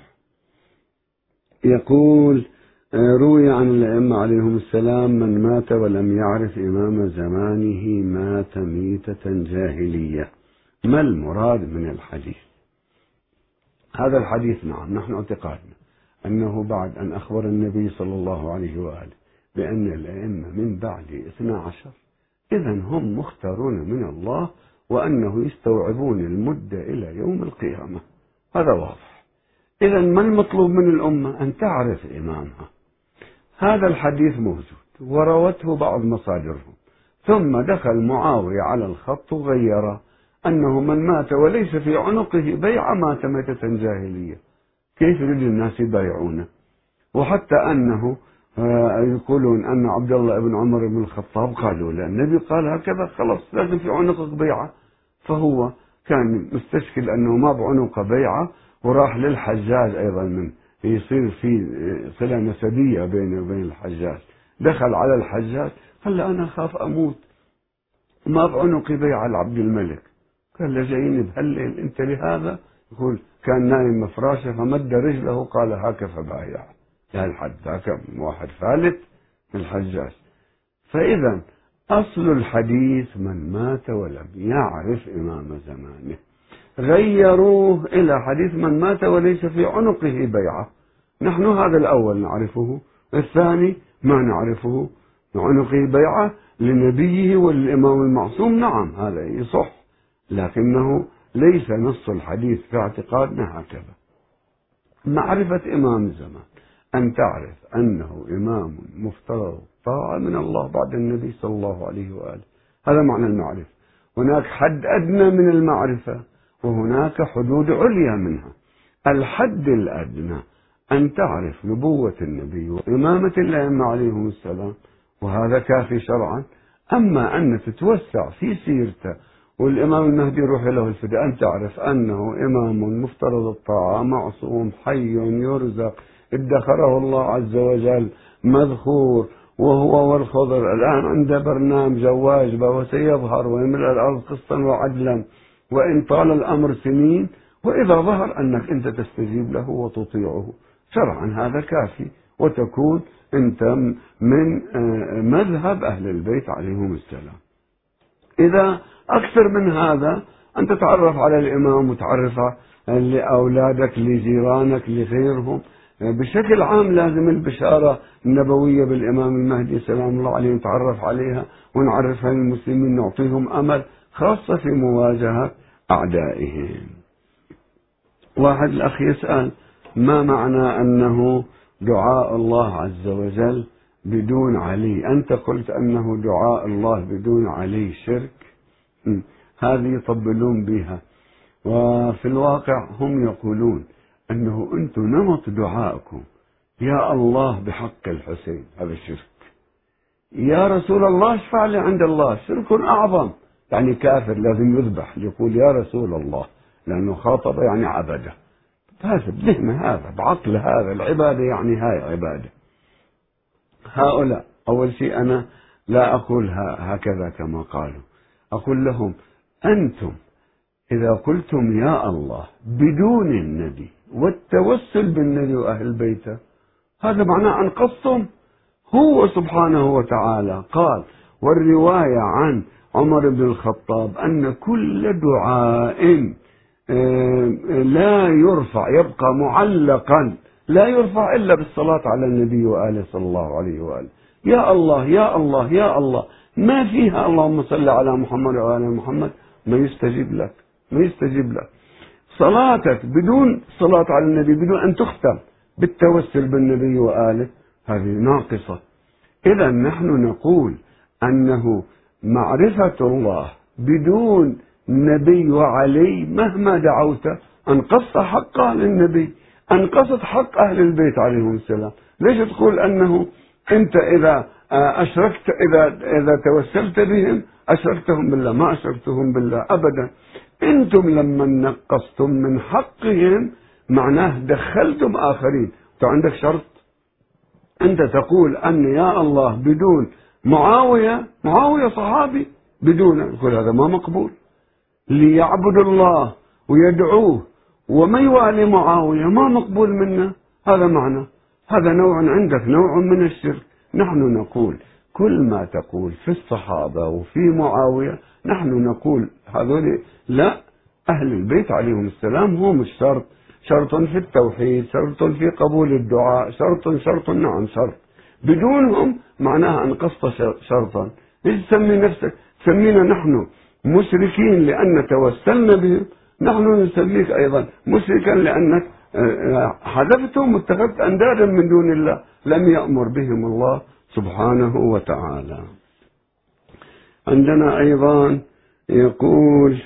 يقول روي عن الأئمة عليهم السلام من مات ولم يعرف إمام زمانه مات ميتة جاهلية. ما المراد من الحديث؟ هذا الحديث نعم نحن اعتقادنا أنه بعد أن أخبر النبي صلى الله عليه وآله بأن الأئمة من بعد اثنى عشر إذن هم مختارون من الله، وأنه يستوعبون المدة إلى يوم القيامة، هذا واضح. إذن ما المطلوب من الأمة؟ أن تعرف إمامها. هذا الحديث موجود وروته بعض مصادرهم، ثم دخل معاوية على الخط وغيره أنه من مات وليس في عنقه بيعة مات ميتة جاهلية. كيف يريد الناس يبايعونه؟ وحتى أنه يقولون أن عبد الله بن عمر بن الخطاب قالوا له النبي قال هكذا خلاص لازم في عنقك بيعة، فهو كان مستشكل أنه ما بعنقه بيعة، وراح للحجاج أيضا من يصير في صلة نسبية بينه وبين الحجاج، دخل على الحجاج قال له أنا خاف أموت ما بعنقي بيعة لعبد الملك، قال له جايين بهالليل أنت لهذا؟ يقول كان نايم مفراشه فمد رجله قال هاك فبايع لهالحد، ذاك واحد ثالث من الحجاج. فإذا أصل الحديث من مات ولم يعرف إمام زمانه، غيروه إلى حديث من مات وليس في عنقه بيعة. نحن هذا الأول نعرفه، الثاني ما نعرفه، عنقه بيعة لنبيه والإمام المعصوم، نعم هذا يصح، لكنه ليس نص الحديث في اعتقادنا هكذا. معرفة إمام الزمان أن تعرف أنه إمام مفترض طاعة من الله بعد النبي صلى الله عليه وآله، هذا معنى المعرفة. هناك حد أدنى من المعرفة وهناك حدود عليا منها. الحد الأدنى أن تعرف نبوة النبي وإمامة الأئمة عليهم السلام، وهذا كافي شرعا. أما أن تتوسع في سيرته والإمام المهدي روح له الفداء، أن تعرف أنه إمام مفترض الطاعة معصوم حي يرزق ادخره الله عز وجل مذخور، وهو والخضر الآن عنده برنامج واجبة وسيظهر ويملأ الأرض قسطا وعدلا وإن طال الأمر سنين، وإذا ظهر أنك أنت تستجيب له وتطيعه شرعا هذا كافي، وتكون أنت من مذهب أهل البيت عليهم السلام. إذا أكثر من هذا أن تتعرف على الإمام وتعرف لأولادك لجيرانك لغيرهم. بشكل عام لازم البشارة النبوية بالإمام المهدي سلام الله عليه نتعرف عليها ونعرفها للمسلمين، نعطيهم أمل خاصة في مواجهة أعدائهم. واحد الأخ يسأل ما معنى أنه دعاء الله عز وجل بدون علي؟ أنت قلت أنه دعاء الله بدون علي شرك، هذه يطبلون بها، وفي الواقع هم يقولون أنه أنتم نمط دعائكم يا الله بحق الحسين، هذا الشرك. يا رسول الله اشفع لي عند الله، شرك أعظم، يعني كافر لازم يذبح، يقول يا رسول الله، لأنه خاطب يعني عبده. هذا بذهن هذا، بعقل هذا، العبادة يعني هاي عبادة. هؤلاء أول شيء أنا لا أقول هكذا كما قالوا، أقول لهم أنتم إذا قلتم يا الله بدون النبي والتوسل بالنبي وأهل بيته، هذا معناه أنقصتم. هو سبحانه وتعالى قال، والرواية عن عمر بن الخطاب أن كل دعاء لا يرفع يبقى معلقا، لا يرفع إلا بالصلاة على النبي وآله صلى الله عليه وآله. يا الله يا الله يا الله، ما فيها اللهم صل على محمد وآل محمد، ما يستجيب لك، ما يستجيب لك. صلاتك بدون صلاة على النبي، بدون أن تختم بالتوسل بالنبي وآله، هذه ناقصة. إذا نحن نقول أنه معرفة الله بدون نبي وعلي مهما دعوت أنقصت حق أهل النبي، أنقصت حق أهل البيت عليهم السلام. ليش تقول أنه أنت إذا أشركت إذا إذا توسلت بهم أشركتهم بالله؟ ما أشركتهم بالله أبدا. أنتم لما نقصتم من حقهم معناه دخلتم آخرين. أنت عندك شرط، أنت تقول أن يا الله بدون معاوية، معاوية صحابي، بدون، يقول هذا ما مقبول. ليعبد الله ويدعوه وما يوالي معاوية ما مقبول منه، هذا معنى، هذا نوع عندك، نوع من الشرك. نحن نقول كل ما تقول في الصحابة وفي معاوية، نحن نقول هذول لا، أهل البيت عليهم السلام هم الشرط، شرط في التوحيد، شرط في قبول الدعاء، شرط شرط نعم شرط. بدونهم معناها أنقصت شرطا. ليش تسمي نفسك، سمينا نحن مشركين لأن توسلنا بهم، نحن نسميك أيضا مشركا لأنك حذفتهم واتخذت أندادا من دون الله لم يأمر بهم الله سبحانه وتعالى. عندنا أيضا يقول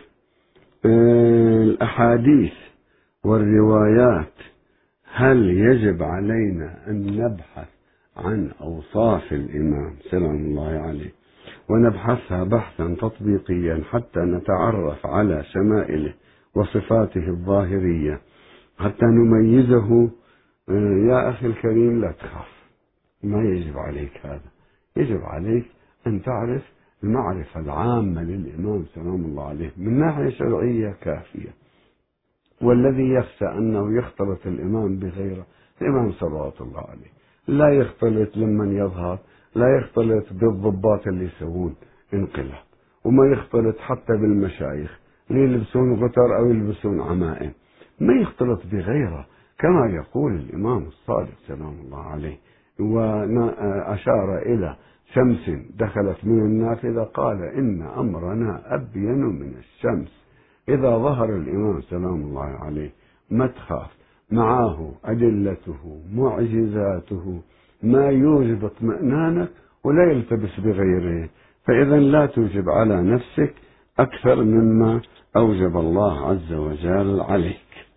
الأحاديث والروايات، هل يجب علينا أن نبحث عن أوصاف الإمام سلام الله عليه ونبحثها بحثا تطبيقيا حتى نتعرف على شمائله وصفاته الظاهرية حتى نميزه؟ يا أخي الكريم لا تخاف، ما يجب عليك هذا. يجب عليك أن تعرف المعرفة العامة للإمام سلام الله عليه من ناحية شرعية كافية. والذي يخشى أنه يختلط الإمام بغيره، الإمام صلوات الله عليه لا يختلط لمن يظهر، لا يختلط بالضباط اللي يسوون انقلاب، وما يختلط حتى بالمشايخ اللي يلبسون غتر أو يلبسون عمائم، ما يختلط بغيره كما يقول الإمام الصادق سلام الله عليه. وأشار إلى شمس دخلت من النافذة قال إن أمرنا أبين من الشمس. إذا ظهر الإمام سلام الله عليه ما تخاف، معه أدلته معجزاته ما يوجب اطمئنانك ولا يلتبس بغيره، فإذا لا توجب على نفسك أكثر مما أوجب الله عز وجل عليك.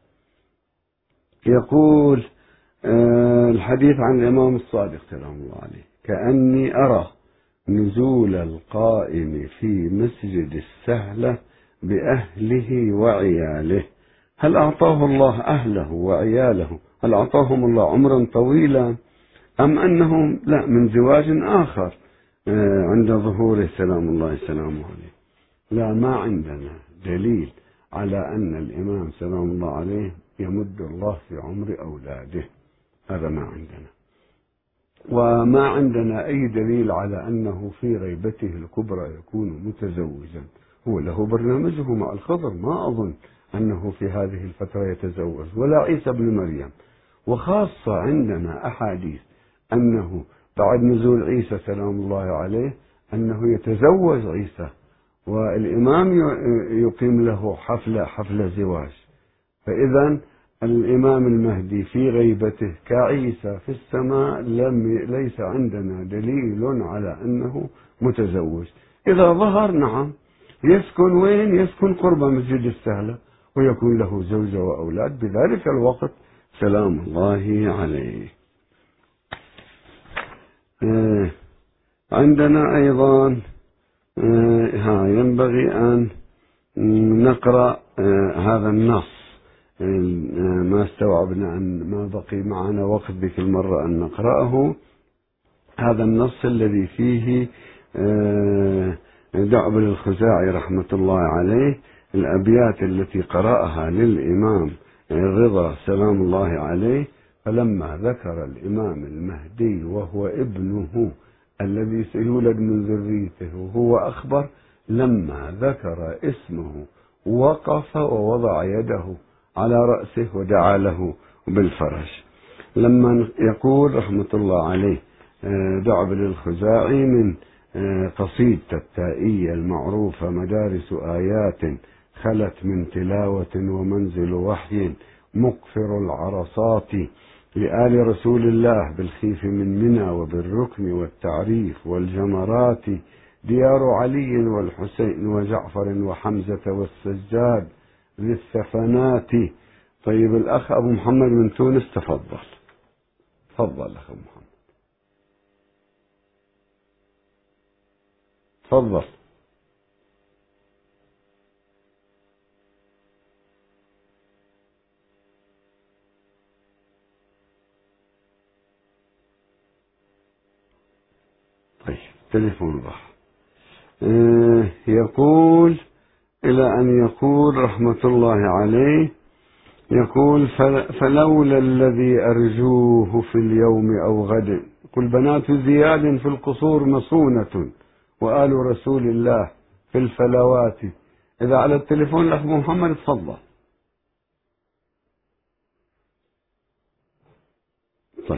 يقول الحديث عن الإمام الصادق سلام الله عليه، كأني أرى نزول القائم في مسجد السهلة بأهله وعياله. هل أعطاه الله أهله وعياله؟ هل أعطاهم الله عمرا طويلا أم أنهم لا من زواج آخر عند ظهوره سلام الله سلامه عليه؟ لا، ما عندنا دليل على أن الإمام سلام الله عليه يمد الله في عمر أولاده، هذا ما عندنا. وما عندنا أي دليل على أنه في غيبته الكبرى يكون متزوجا. هو له برنامجه مع الخضر، ما أظن أنه في هذه الفترة يتزوج، ولا عيسى بن مريم. وخاصة عندنا أحاديث أنه بعد نزول عيسى سلام الله عليه أنه يتزوج عيسى، والإمام يقيم له حفلة حفلة زواج. فإذا الإمام المهدي في غيبته كعيسى في السماء لم ليس عندنا دليل على أنه متزوج. إذا ظهر نعم يسكن وين؟ يسكن قرب مسجد السهلة ويكون له زوجة وأولاد بذلك الوقت سلام الله عليه. عندنا أيضا ها ينبغي أن نقرأ هذا النص. ما استوعبنا أن ما بقي معنا وقت ذيك المرة أن نقرأه. هذا النص الذي فيه دعبل الخزاعي رحمة الله عليه، الأبيات التي قرأها للإمام الرضا سلام الله عليه: فلما ذكر الإمام المهدي وهو ابنه الذي سيولد من ذريته وهو أخبر، لما ذكر اسمه وقف ووضع يده على رأسه ودعا له بالفرج. لما يقول رحمة الله عليه دعبل الخزاعي من قصيدة التائية المعروفة: مدارس آيات خلت من تلاوة ومنزل وحي مقفر العرصات لآل رسول الله بالخيف من منى وبالركن والتعريف والجمرات ديار علي والحسين وجعفر وحمزة والسجاد ذي الثفنات. طيب الأخ أبو محمد من تونس تفضل. تفضل أخ أبو محمد، تفضل. طيب تليفون راح. اه يقول إلى أن يقول رحمة الله عليه، يقول: فلولا الذي أرجوه في اليوم أو غد. قل بنات زياد في القصور مصونة وآل رسول الله في الفلوات. إذا على التليفون الأخ محمد تفضل. طيب: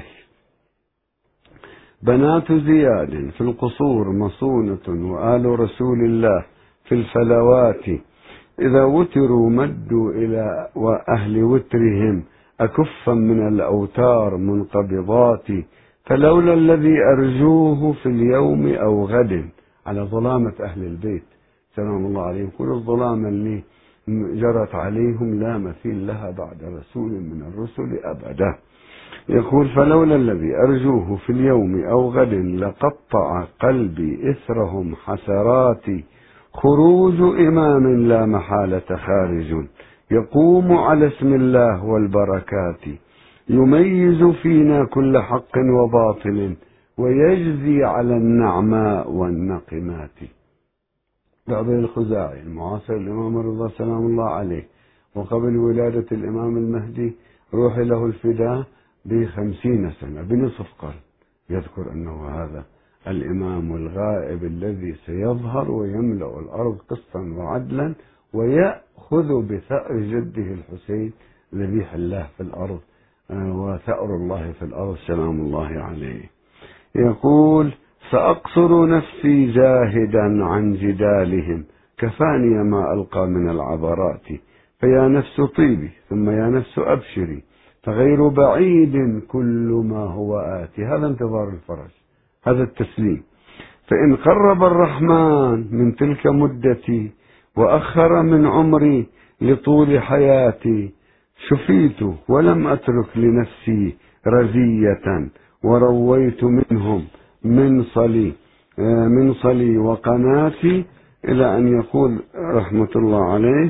بنات زياد في القصور مصونة وآل رسول الله في الفلوات إذا وتروا مدوا إلى وأهل وترهم أكفا من الأوتار منقبضات. فلولا الذي أرجوه في اليوم أو غد، على ظلامة أهل البيت سلام الله عليهم، كل الظلامة اللي جرت عليهم لا مثيل لها بعد رسول من الرسل أبدا. يقول: فلولا الذي أرجوه في اليوم أو غد لقطع قلبي إثرهم حسرات. خروج إمام لا محالة خارج يقوم على اسم الله والبركات، يميز فينا كل حق وباطل ويجزي على النعماء والنقمات. دعبل الخزاعي المعاصر الإمام الرضا سلام الله عليه، وقبل ولادة الإمام المهدي روح له الفداء بخمسين سنة بنصف قرن، يذكر أنه هذا الإمام الغائب الذي سيظهر ويملأ الأرض قسطا وعدلا ويأخذ بثأر جده الحسين ذبيح الله في الأرض وثأر الله في الأرض سلام الله عليه. يقول: سأقصر نفسي جاهدا عن جدالهم كفاني ما ألقى من العبرات. فيا نفس طيبي ثم يا نفس أبشري فغير بعيد كل ما هو آتي. هذا انتظار الفرج، هذا التسليم. فإن قرب الرحمن من تلك مدتي وأخر من عمري لطول حياتي شفيت ولم أترك لنفسي رزية ورويت منهم منصلي منصلي وقناتي، إلى أن يقول رحمة الله عليه،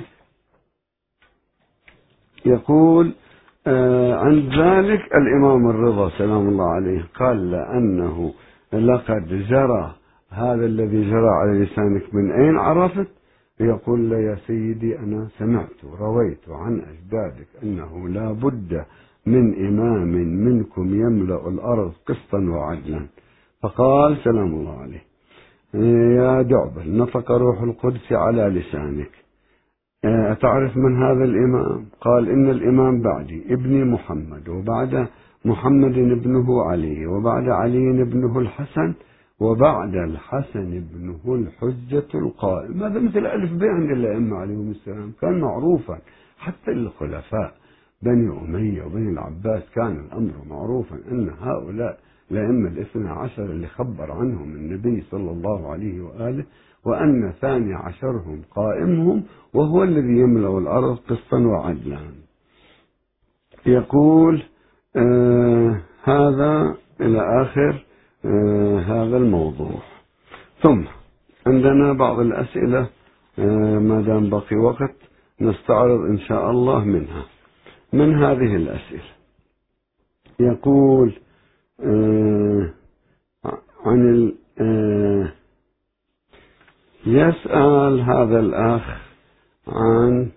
يقول عند ذلك الإمام الرضا سلام الله عليه قال لأنه لقد جرى هذا الذي جرى على لسانك من أين عرفت؟ يقول له: يا سيدي أنا سمعت رويت عن أجدادك أنه لا بد من إمام منكم يملأ الأرض قسطا وعدلا. فقال سلام الله عليه: يا دعبل، نطق روح القدس على لسانك، أتعرف من هذا الإمام؟ قال: إن الإمام بعدي ابني محمد، وبعد محمد ابنه علي، وبعد علي ابنه الحسن، وبعد الحسن ابنه الحجة القائم. هذا مثل ألف ب عند الأئمة عليهم السلام، كان معروفا حتى للخلفاء بني أمية وبني العباس كان الأمر معروفا أن هؤلاء الأئمة الاثنى عشر اللي خبر عنهم النبي صلى الله عليه وآله، وأن ثاني عشرهم قائمهم وهو الذي يملأ الأرض قسطا وعدلا. يقول آه هذا إلى آخر آه هذا الموضوع. ثم عندنا بعض الأسئلة آه ما دام بقي وقت نستعرض إن شاء الله منها. من هذه الأسئلة يقول آه عن ال آه يسأل هذا الأخ عن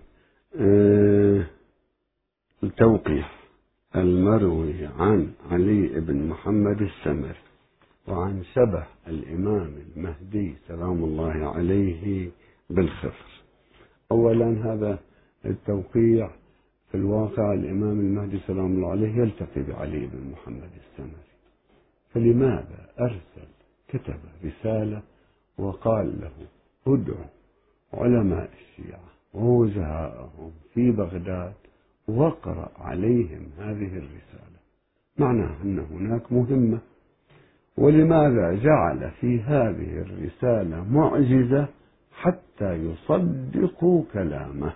آه التوقيع المروي عن علي بن محمد السمري وعن شبه الإمام المهدي سلام الله عليه بالخضر. أولا هذا التوقيع في الواقع الإمام المهدي سلام الله عليه يلتقي بعلي بن محمد السمري، فلماذا أرسل كتب رسالة وقال له ادعو علماء الشيعة ووجهاءهم في بغداد واقرأ عليهم هذه الرسالة؟ معناه أن هناك مهمة. ولماذا جعل في هذه الرسالة معجزة حتى يصدقوا كلامه؟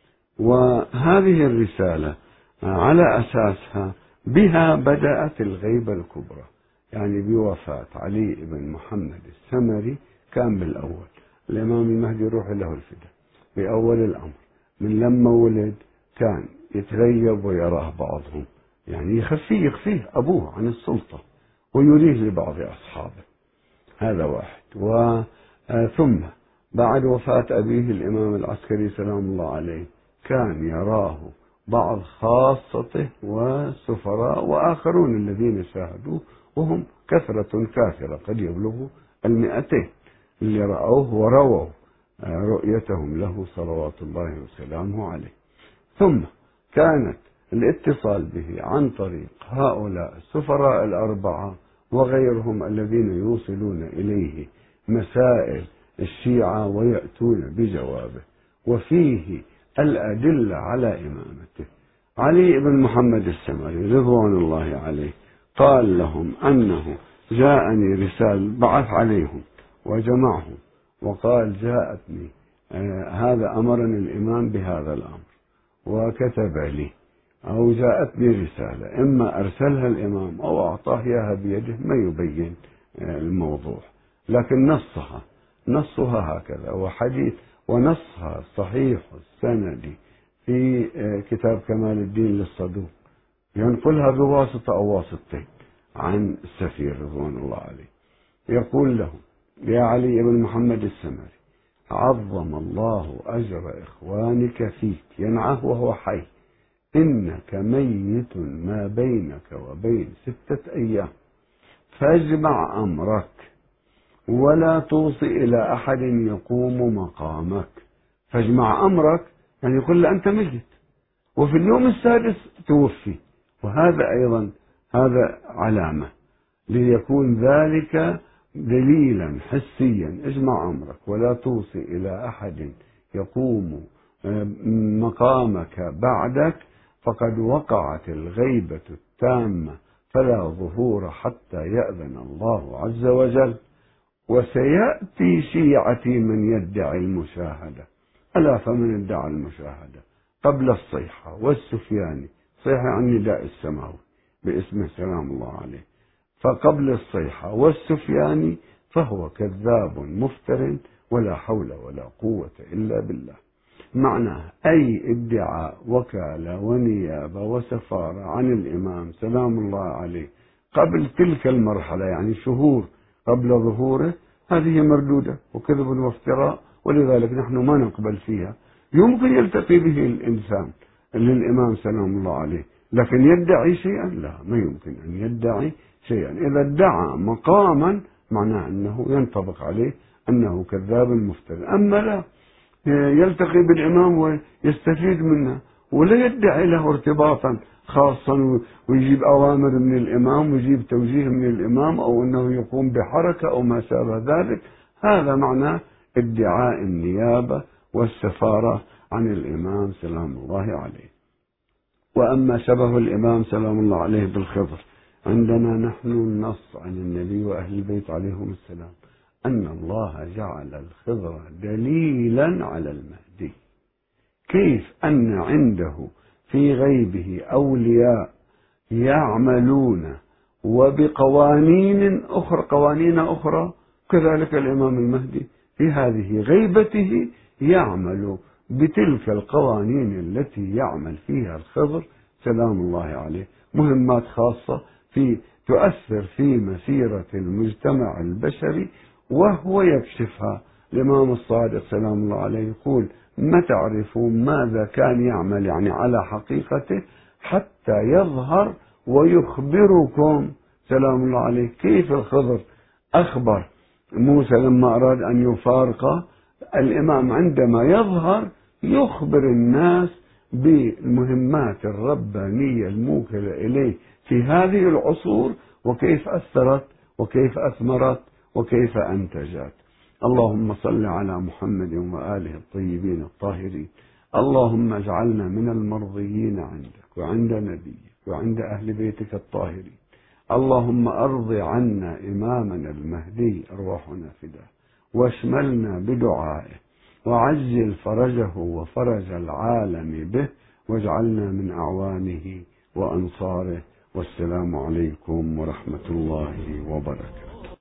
وهذه الرسالة على أساسها بها بدأت الغيبة الكبرى، يعني بوفاة علي بن محمد السمري كان بالأول الإمام المهدي يروح له الفداء بأول الأمر، من لما ولد كان يتغيب ويراه بعضهم، يعني يخفيه يخفيه أبوه عن السلطة ويريه لبعض أصحابه. هذا واحد. وثم بعد وفاة أبيه الإمام العسكري سلام الله عليه كان يراه بعض خاصته والسفراء وآخرون الذين شاهدوه، وهم كثرة كافرة قد يبلغوا المئتين اللي رأوه ورووا رؤيتهم له صلوات الله وسلامه عليه. ثم كانت الاتصال به عن طريق هؤلاء السفراء الأربعة وغيرهم الذين يوصلون إليه مسائل الشيعة ويأتون بجوابه، وفيه الأدلة على إمامته. علي بن محمد السمري رضوان الله عليه قال لهم أنه جاءني رسالة، بعث عليهم وجمعهم وقال جاءتني آه هذا أمرني الإمام بهذا الأمر وكتب لي، أو جاءتني رسالة إما أرسلها الإمام أو أعطاه إياها بيده، ما يبين آه الموضوع، لكن نصها نصها هكذا وحديث ونصها صحيح السند في آه كتاب كمال الدين للصدوق، ينقلها بواسطة أو واسطتين عن السفير رضوان الله عليه. يقول له يا علي بن محمد السمري عظم الله أجر إخوانك فيك، ينعه وهو حي، إنك ميت ما بينك وبين ستة أيام، فاجمع أمرك ولا توصي إلى أحد يقوم مقامك. فاجمع أمرك يعني يقول له أنت ميت، وفي اليوم السادس توفي، وهذا أيضا هذا علامة ليكون ذلك دليلا حسيا. اجمع أمرك ولا توصي إلى أحد يقوم مقامك بعدك، فقد وقعت الغيبة التامة فلا ظهور حتى يأذن الله عز وجل. وسيأتي شيعتي من يدعي المشاهدة، ألا فمن ادعى المشاهدة قبل الصيحة والسفياني، صيحة عن نداء السماوي باسمه سلام الله عليه، فقبل الصيحة والسفياني فهو كذاب مفتر ولا حول ولا قوة إلا بالله. معناه أي ادعاء وكالة ونيابة وسفارة عن الإمام سلام الله عليه قبل تلك المرحلة، يعني شهور قبل ظهوره، هذه مردودة وكذب وافتراء، ولذلك نحن ما نقبل فيها. يمكن يلتقي به الإنسان للإمام سلام الله عليه، لكن يدعي شيئا لا، ما يمكن أن يدعي شيئا. إذا ادعى مقاما معناه أنه ينطبق عليه أنه كذاب مفتر. أما لا يلتقي بالإمام ويستفيد منه ولا يدعي له ارتباطا خاصا ويجيب أوامر من الإمام ويجيب توجيه من الإمام أو أنه يقوم بحركة أو ما شابه ذلك، هذا معناه ادعاء النيابة والسفارة عن الإمام سلام الله عليه. وأما شبه الإمام سلام الله عليه بالخضر، عندنا نحن النص عن النبي وأهل البيت عليهم السلام أن الله جعل الخضر دليلا على المهدي. كيف أن عنده في غيبه أولياء يعملون وبقوانين أخرى قوانين أخرى. كذلك الإمام المهدي في هذه غيبته يعمل بتلك القوانين التي يعمل فيها الخضر سلام الله عليه، مهمات خاصة في تؤثر في مسيرة المجتمع البشري وهو يكشفها. الإمام الصادق سلام الله عليه يقول: ما تعرفون ماذا كان يعمل يعني على حقيقته حتى يظهر ويخبركم سلام الله عليه. كيف الخضر أخبر موسى لما أراد أن يفارقه؟ الإمام عندما يظهر يخبر الناس بالمهمات الربانية الموكلة إليه في هذه العصور، وكيف أثرت وكيف أثمرت وكيف أنتجت. اللهم صل على محمد وآله الطيبين الطاهرين. اللهم اجعلنا من المرضيين عندك وعند نبيك وعند أهل بيتك الطاهرين. اللهم أرض عنا إمامنا المهدي أرواحنا فداه، واشملنا بدعائه، وعجل فرجه وفرج العالم به، واجعلنا من أعوانه وأنصاره. والسلام عليكم ورحمة الله وبركاته.